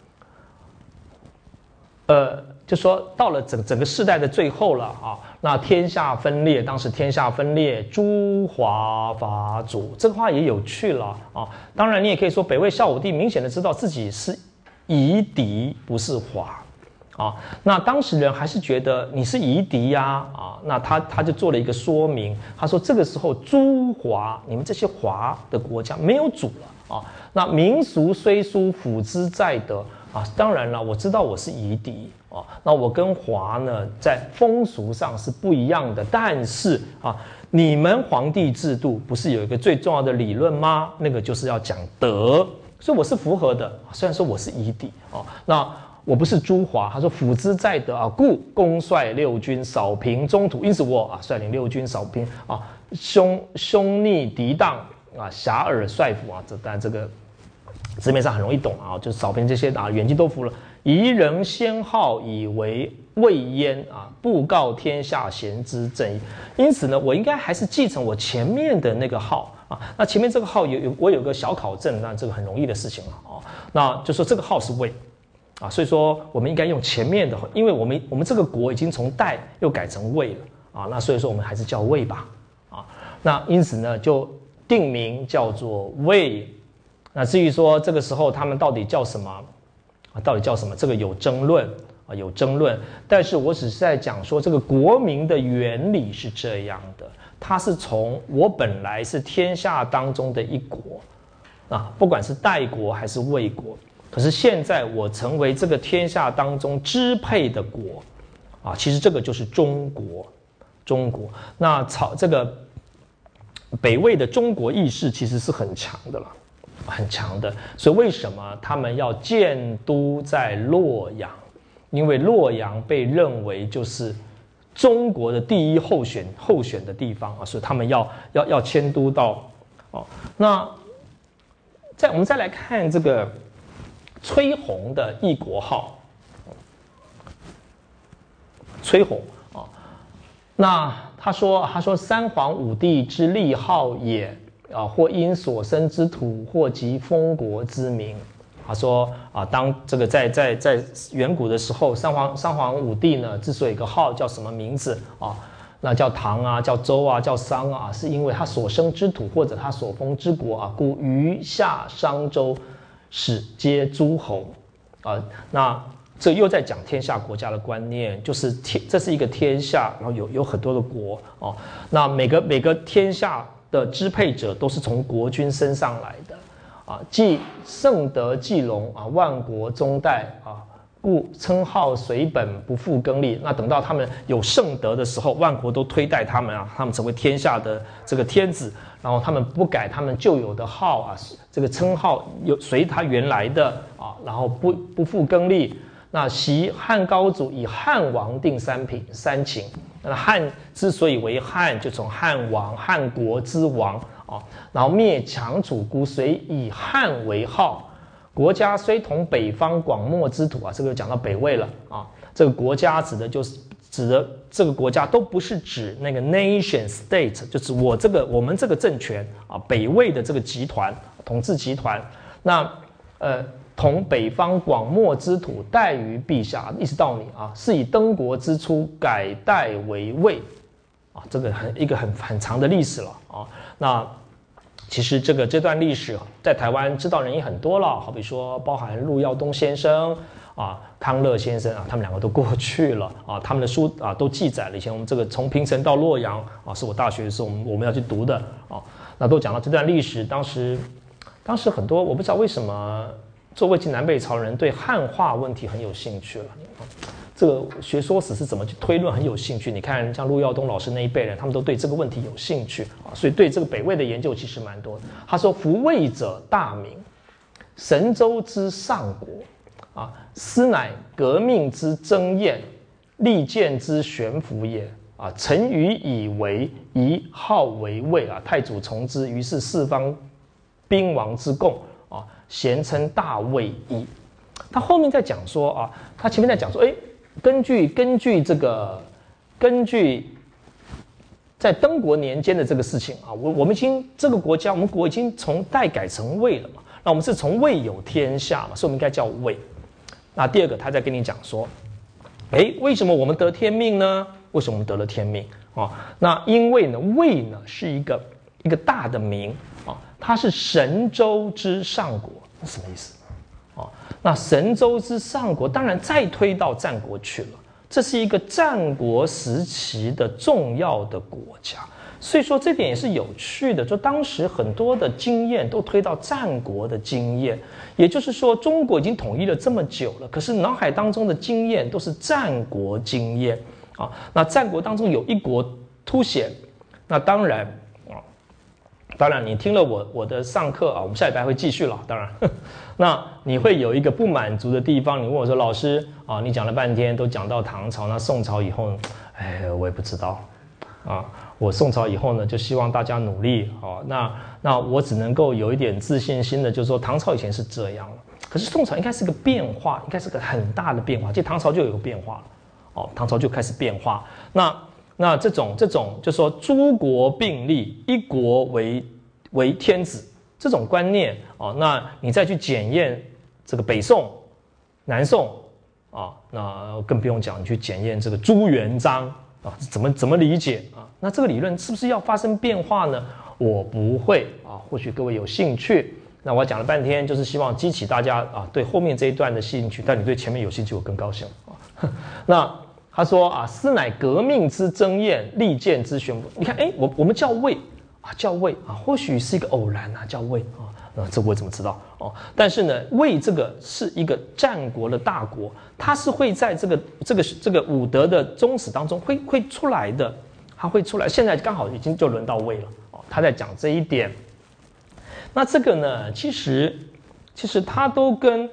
呃，就说到了整整个世代的最后了啊。那天下分裂，当时天下分裂，诸华伐主，这个话也有趣了啊。当然，你也可以说北魏孝武帝明显的知道自己是夷狄，不是华。啊，那当时人还是觉得你是夷狄呀，啊，那他他就做了一个说明，他说这个时候诸华，你们这些华的国家没有主了啊，那民俗虽殊，辅之在德啊，当然了，我知道我是夷狄啊，那我跟华呢在风俗上是不一样的，但是啊，你们皇帝制度不是有一个最重要的理论吗？那个就是要讲德。 所以我是符合的。虽然说我是夷狄哦，那我不是诸华。他说辅之在德啊，故公率六军扫平中土，因此我啊率领六军扫平啊凶凶逆敌党啊，遐迩率府啊，这但这个字面上很容易懂啊，就是扫平这些啊远近都服了。夷人先号以为魏焉啊，布告天下贤之正义。因此呢，我应该还是继承我前面的那个号啊。那前面这个号有有我有个小考证，那这个很容易的事情了哦。那就说这个号是魏啊，所以说我们应该用前面的，因为我们我们这个国已经从代又改成魏了啊，那所以说我们还是叫魏吧啊。那因此呢，就定名叫做魏。那至于说这个时候他们到底叫什么啊？到底叫什么？这个有争论啊，有争论。但是我只是在讲说，这个国名的原理是这样的，它是从我本来是天下当中的一国啊，不管是代国还是魏国，可是现在我成为这个天下当中支配的国啊，其实这个就是中国。中国那草这个北魏的中国意识其实是很强的了。很强的，所以为什么他们要建都在洛阳？因为洛阳被认为就是中国的第一候选候选的地方啊，所以他们要要要迁都到哦。那再我们再来看这个崔洪的异国号，崔洪啊，那他说他说三皇五帝之立号也。啊，或因所生之土，或及封国之名。他说啊，当这个在在在远古的时候，三皇三皇五帝呢，之所以有个号叫什么名字啊，那叫唐啊，叫周啊，叫商啊，是因为他所生之土或者他所封之国啊，故余下商周始皆诸侯啊。那这又在讲天下国家的观念，就是天，这是一个天下，然后有有很多的国哦。那每个每个天下的支配者都是从国君身上来的啊，即圣德继隆啊，万国中代啊，故称号随本不复更立。那等到他们有圣德的时候，万国都推戴他们啊，他们成为天下的这个天子，然后他们不改他们旧有的号啊，这个称号有随他原来的啊，然后不不复更立。那袭汉高祖以汉王定三品三秦。那汉之所以为汉，就从汉王、汉国之王啊，然后灭强楚孤，遂以汉为号。国家虽同北方广漠之土啊，这个讲到北魏了啊。这个国家指的就是指的这个国家都不是指那个 nation state， 就是我这个我们这个政权啊，北魏的这个集团统治集团。那呃。同北方广漠之土，代于陛下，意思到你啊，是以登国之初改代为魏，啊，这个很一个很很长的历史了啊。那其实这个这段历史在台湾知道人也很多了，好比说包含陆耀东先生啊、康乐先生啊，他们两个都过去了啊，他们的书啊都记载了。以前我们这个从平城到洛阳啊，是我大学的时候我们我们要去读的啊，那都讲到这段历史。当时当时很多我不知道为什么。做魏晋南北朝人对汉化问题很有兴趣了，这个学说史是怎么去推论很有兴趣。你看像陆耀东老师那一辈人，他们都对这个问题有兴趣啊，所以对这个北魏的研究其实蛮多的。他说：“夫魏者大名，神州之上国啊，斯乃革命之争验，利剑之悬浮也啊。臣愚以为以号为魏啊，太祖从之，于是四方兵王之共。”啊，咸称大魏夷。他后面在讲说啊，他前面在讲说，哎，根据根据这个根据在登国年间的这个事情啊，我我们已经这个国家，我们国已经从代改成魏了嘛，那我们是从魏有天下嘛，所以我们应该叫魏。那第二个，他在跟你讲说，哎，为什么我们得天命呢？为什么我们得了天命啊？那因为呢，魏呢是一个一个大的名。啊，它是神州之上国，那什么意思？啊，那神州之上国，当然再推到战国去了，这是一个战国时期的重要的国家，所以说这点也是有趣的。就当时很多的经验都推到战国的经验，也就是说，中国已经统一了这么久了，可是脑海当中的经验都是战国经验啊。那战国当中有一国凸显，那当然。 当然，你听了我我的上课啊，我们下礼拜会继续了。当然，那你会有一个不满足的地方。你问我说：“老师啊，你讲了半天都讲到唐朝，那宋朝以后，哎，我也不知道啊。我宋朝以后呢，就希望大家努力啊。那那我只能够有一点自信心的，就是说唐朝以前是这样了，可是宋朝应该是个变化，应该是个很大的变化。其实唐朝就有个变化了，哦，唐朝就开始变化。那那这种这种，就说诸国并立，一国为为天子这种观念哦，那你再去检验这个北宋、南宋啊，那更不用讲，你去检验这个朱元璋啊，怎么怎么理解啊？那这个理论是不是要发生变化呢？我不会啊，或许各位有兴趣。那我讲了半天，就是希望激起大家啊对后面这一段的兴趣，但你对前面有兴趣，我更高兴啊。那他说啊，斯乃革命之争验，利剑之宣布。你看，哎，我我们叫魏啊，叫魏啊，或许是一个偶然啊，叫魏啊。呃，这我怎么知道哦？但是呢，魏这个是一个战国的大国，它是会在这个这个这个武德的宗旨当中会会出来的，它会出来。现在刚好已经就轮到魏了哦，他在讲这一点。那这个呢，其实其实它都跟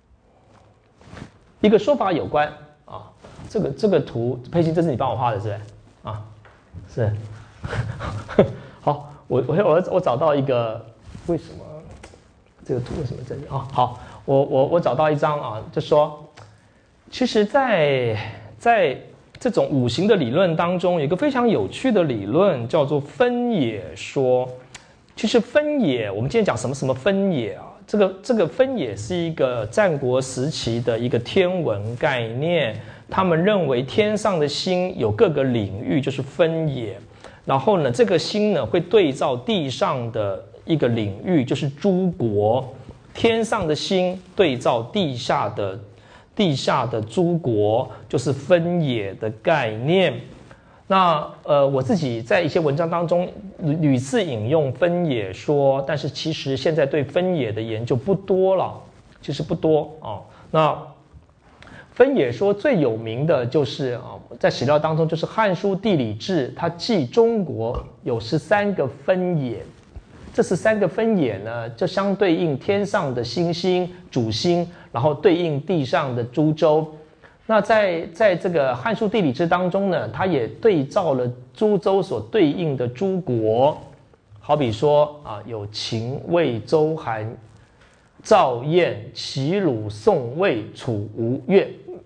一个说法有关啊。这个这个图，佩欣，这是你帮我画的，是不是？啊，是。好，我我我我找到一个，为什么？这个图为什么在这？哦，好，我我我找到一张啊，就说，其实在，在这种五行的理论当中，有一个非常有趣的理论叫做分野说。其实分野，我们今天讲什么什么分野啊？这个这个分野是一个战国时期的一个天文概念，他们认为天上的星有各个领域，就是分野。然后呢，这个星呢会对照地上的一个领域，就是诸国，天上的星对照地下的地下的诸国，就是分野的概念。那呃，我自己在一些文章当中屡次引用分野说，但是其实现在对分野的研究不多了，其实不多啊。那分野说最有名的就是啊，在史料当中就是《汉书地理志》，它记中国有十三个分野。这十三个分野呢，就相对应天上的星星、主星，然后对应地上的诸洲。那在在这个《汉书地理志》当中呢，它也对照了诸洲所对应的诸国，好比说啊，有秦、魏、周、韩、赵、燕、齐、鲁、宋、魏、楚、吴、越，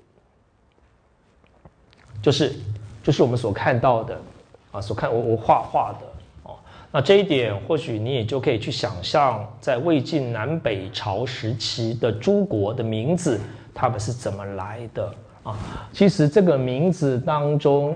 就是就是我们所看到的啊，所看我我画画的哦。那这一点或许你也就可以去想象，在魏晋南北朝时期的诸国的名字，他们是怎么来的。啊，其实这个名字当中，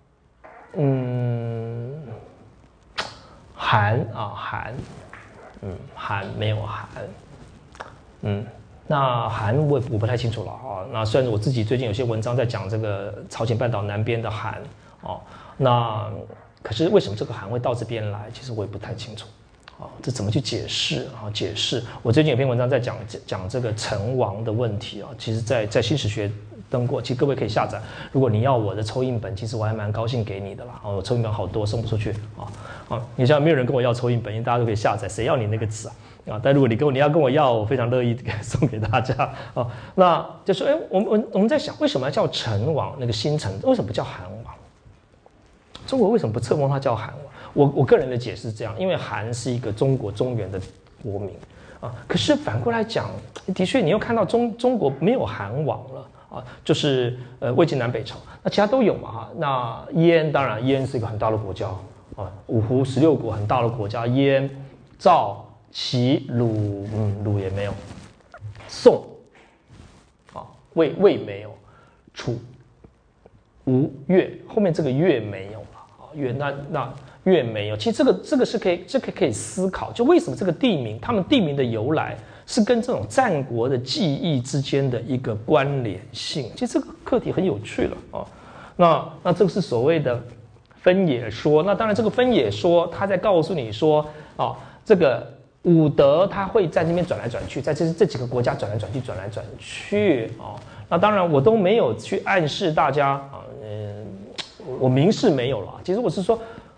嗯，韩啊韩，嗯韩没有韩，嗯，那韩我我不太清楚了啊。那虽然我自己最近有些文章在讲这个朝鲜半岛南边的韩哦，那可是为什么这个韩会到这边来？其实我也不太清楚。啊，这怎么去解释啊？解释，我最近有篇文章在讲讲这个成王的问题啊。其实在，在在新史学登过，其实各位可以下载。如果你要我的抽印本，其实我还蛮高兴给你的啦。哦，我抽印本好多，送不出去啊啊！你想没有人跟我要抽印本，因为大家都可以下载，谁要你那个纸啊？啊！但如果你跟我你要跟我要，我非常乐意送给大家啊。那就说，哎，我们我我们在想，为什么要叫成王？那个新城为什么不叫韩王？中国为什么不册封它叫韩王？我我个人的解释是这样，因为韩是一个中国中原的国名啊。可是反过来讲，的确你又看到中中国没有韩王了啊，就是呃魏晋南北朝，那其他都有嘛哈。那燕当然燕是一个很大的国家啊，五胡十六国很大的国家，燕、赵、齐、鲁，嗯鲁也没有，宋啊魏魏没有，楚、吴、越后面这个越没有了啊，越那那。越没有，其实这个这个是可以，这个可以思考，就为什么这个地名，他们地名的由来是跟这种战国的记忆之间的一个关联性。其实这个课题很有趣了啊。那那这个是所谓的分野说。那当然，这个分野说，他在告诉你说啊，这个武德它会在这边转来转去，在这这几个国家转来转去，转来转去啊。那当然，我都没有去暗示大家啊，嗯，我明示没有了。其实我是说。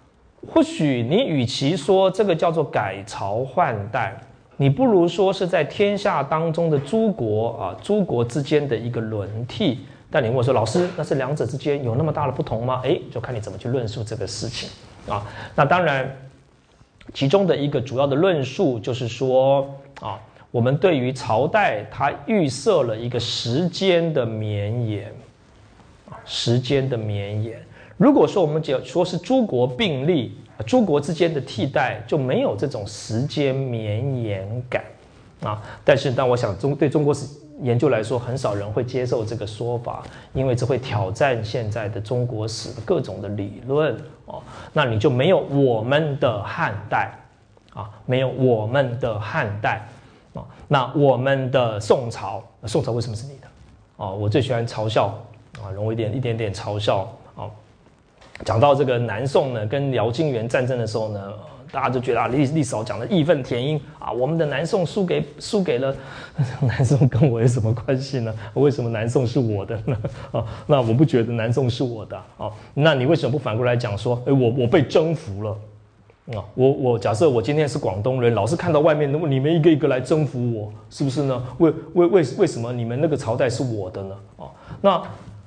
或许你与其说这个叫做改朝换代，你不如说是在天下当中的诸国啊，诸国之间的一个轮替。但你问我说，老师，那是两者之间有那么大的不同吗？哎，就看你怎么去论述这个事情啊。那当然，其中的一个主要的论述就是说啊，我们对于朝代它预设了一个时间的绵延，啊，时间的绵延。如果说我们只说是诸国并立，诸国之间的替代，就没有这种时间绵延感啊。但是，但我想中对中国史研究来说，很少人会接受这个说法，因为这会挑战现在的中国史的各种的理论哦。那你就没有我们的汉代啊，没有我们的汉代啊。那我们的宋朝，宋朝为什么是你的？哦，我最喜欢嘲笑啊，容易一点一点点嘲笑。讲到这个南宋呢，跟辽金元战争的时候呢，大家就觉得啊，历历史上讲的义愤填膺啊，我们的南宋输给输给了南宋，跟我有什么关系呢？为什么南宋是我的呢？啊，那我不觉得南宋是我的啊，那你为什么不反过来讲说，哎，我我被征服了啊？我我假设我今天是广东人，老是看到外面你们一个一个来征服我，是不是呢？为为为为什么你们那个朝代是我的呢？啊，那。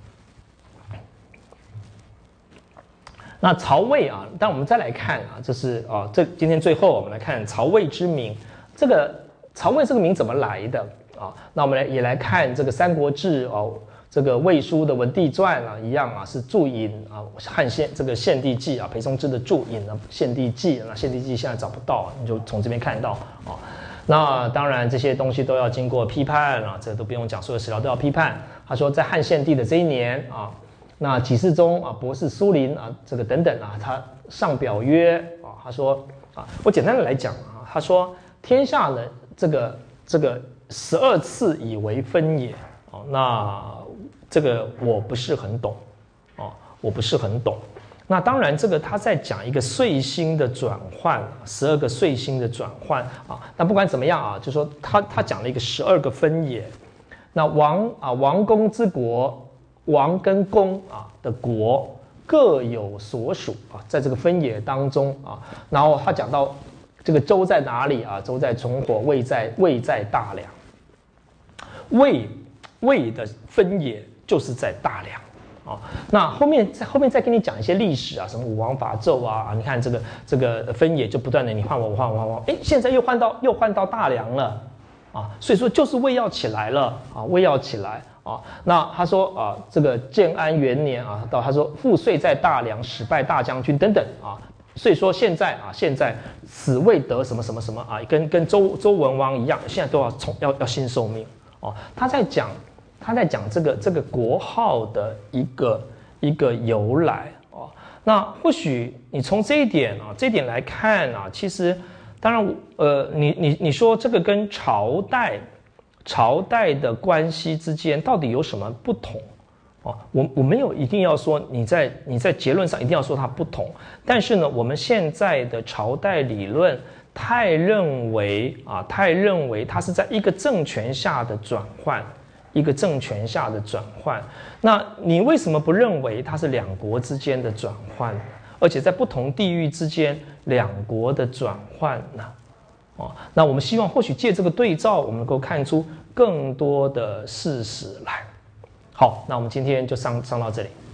那曹魏啊，但我们再来看啊，这是啊，这今天最后我们来看曹魏之名。这个曹魏这个名怎么来的啊？那我们来也来看这个《三国志》哦，这个魏书的文帝传啊，一样啊，是注引啊汉献这个献帝纪啊，裴松之的注引啊献帝纪。那献帝纪现在找不到，你就从这边看到啊。那当然这些东西都要经过批判啊，这个都不用讲，所有史料都要批判。他说在汉献帝的这一年啊。那几世宗啊，博士苏林啊，这个等等啊，他上表曰啊，他说啊，我简单的来讲啊，他说天下呢，这个这个十二次以为分也哦，那这个我不是很懂哦，我不是很懂。那当然，这个他在讲一个岁星的转换，十二个岁星的转换啊。那不管怎么样啊，就说他他讲了一个十二个分野。那王啊，王公之国。王跟公啊的国各有所属啊，在这个分野当中啊，然后他讲到这个州在哪里啊？州在崇火，魏在魏在大梁。魏魏的分野就是在大梁啊。那后面在后面再跟你讲一些历史啊，什么武王伐纣啊，你看这个这个分野就不断的你换我我换我换我，哎，现在又换到又换到大梁了啊，所以说就是魏要起来了啊，魏要起来。啊，那他说啊，这个建安元年啊，到他说父遂在大梁，使败大将军等等啊，所以说现在啊，现在此未得什么什么什么啊，跟跟周周文王一样，现在都要从要要新受命哦。他在讲他在讲这个这个国号的一个一个由来哦。那或许你从这一点啊，这一点来看啊，其实当然呃，你你你说这个跟朝代。朝代的关系之间到底有什么不同？哦，我我没有一定要说你在你在结论上一定要说它不同，但是呢，我们现在的朝代理论太认为啊，太认为它是在一个政权下的转换，一个政权下的转换。那你为什么不认为它是两国之间的转换，而且在不同地域之间两国的转换呢？哦，那我们希望或许借这个对照，我们能够看出更多的事实来。好，那我们今天就上上到这里。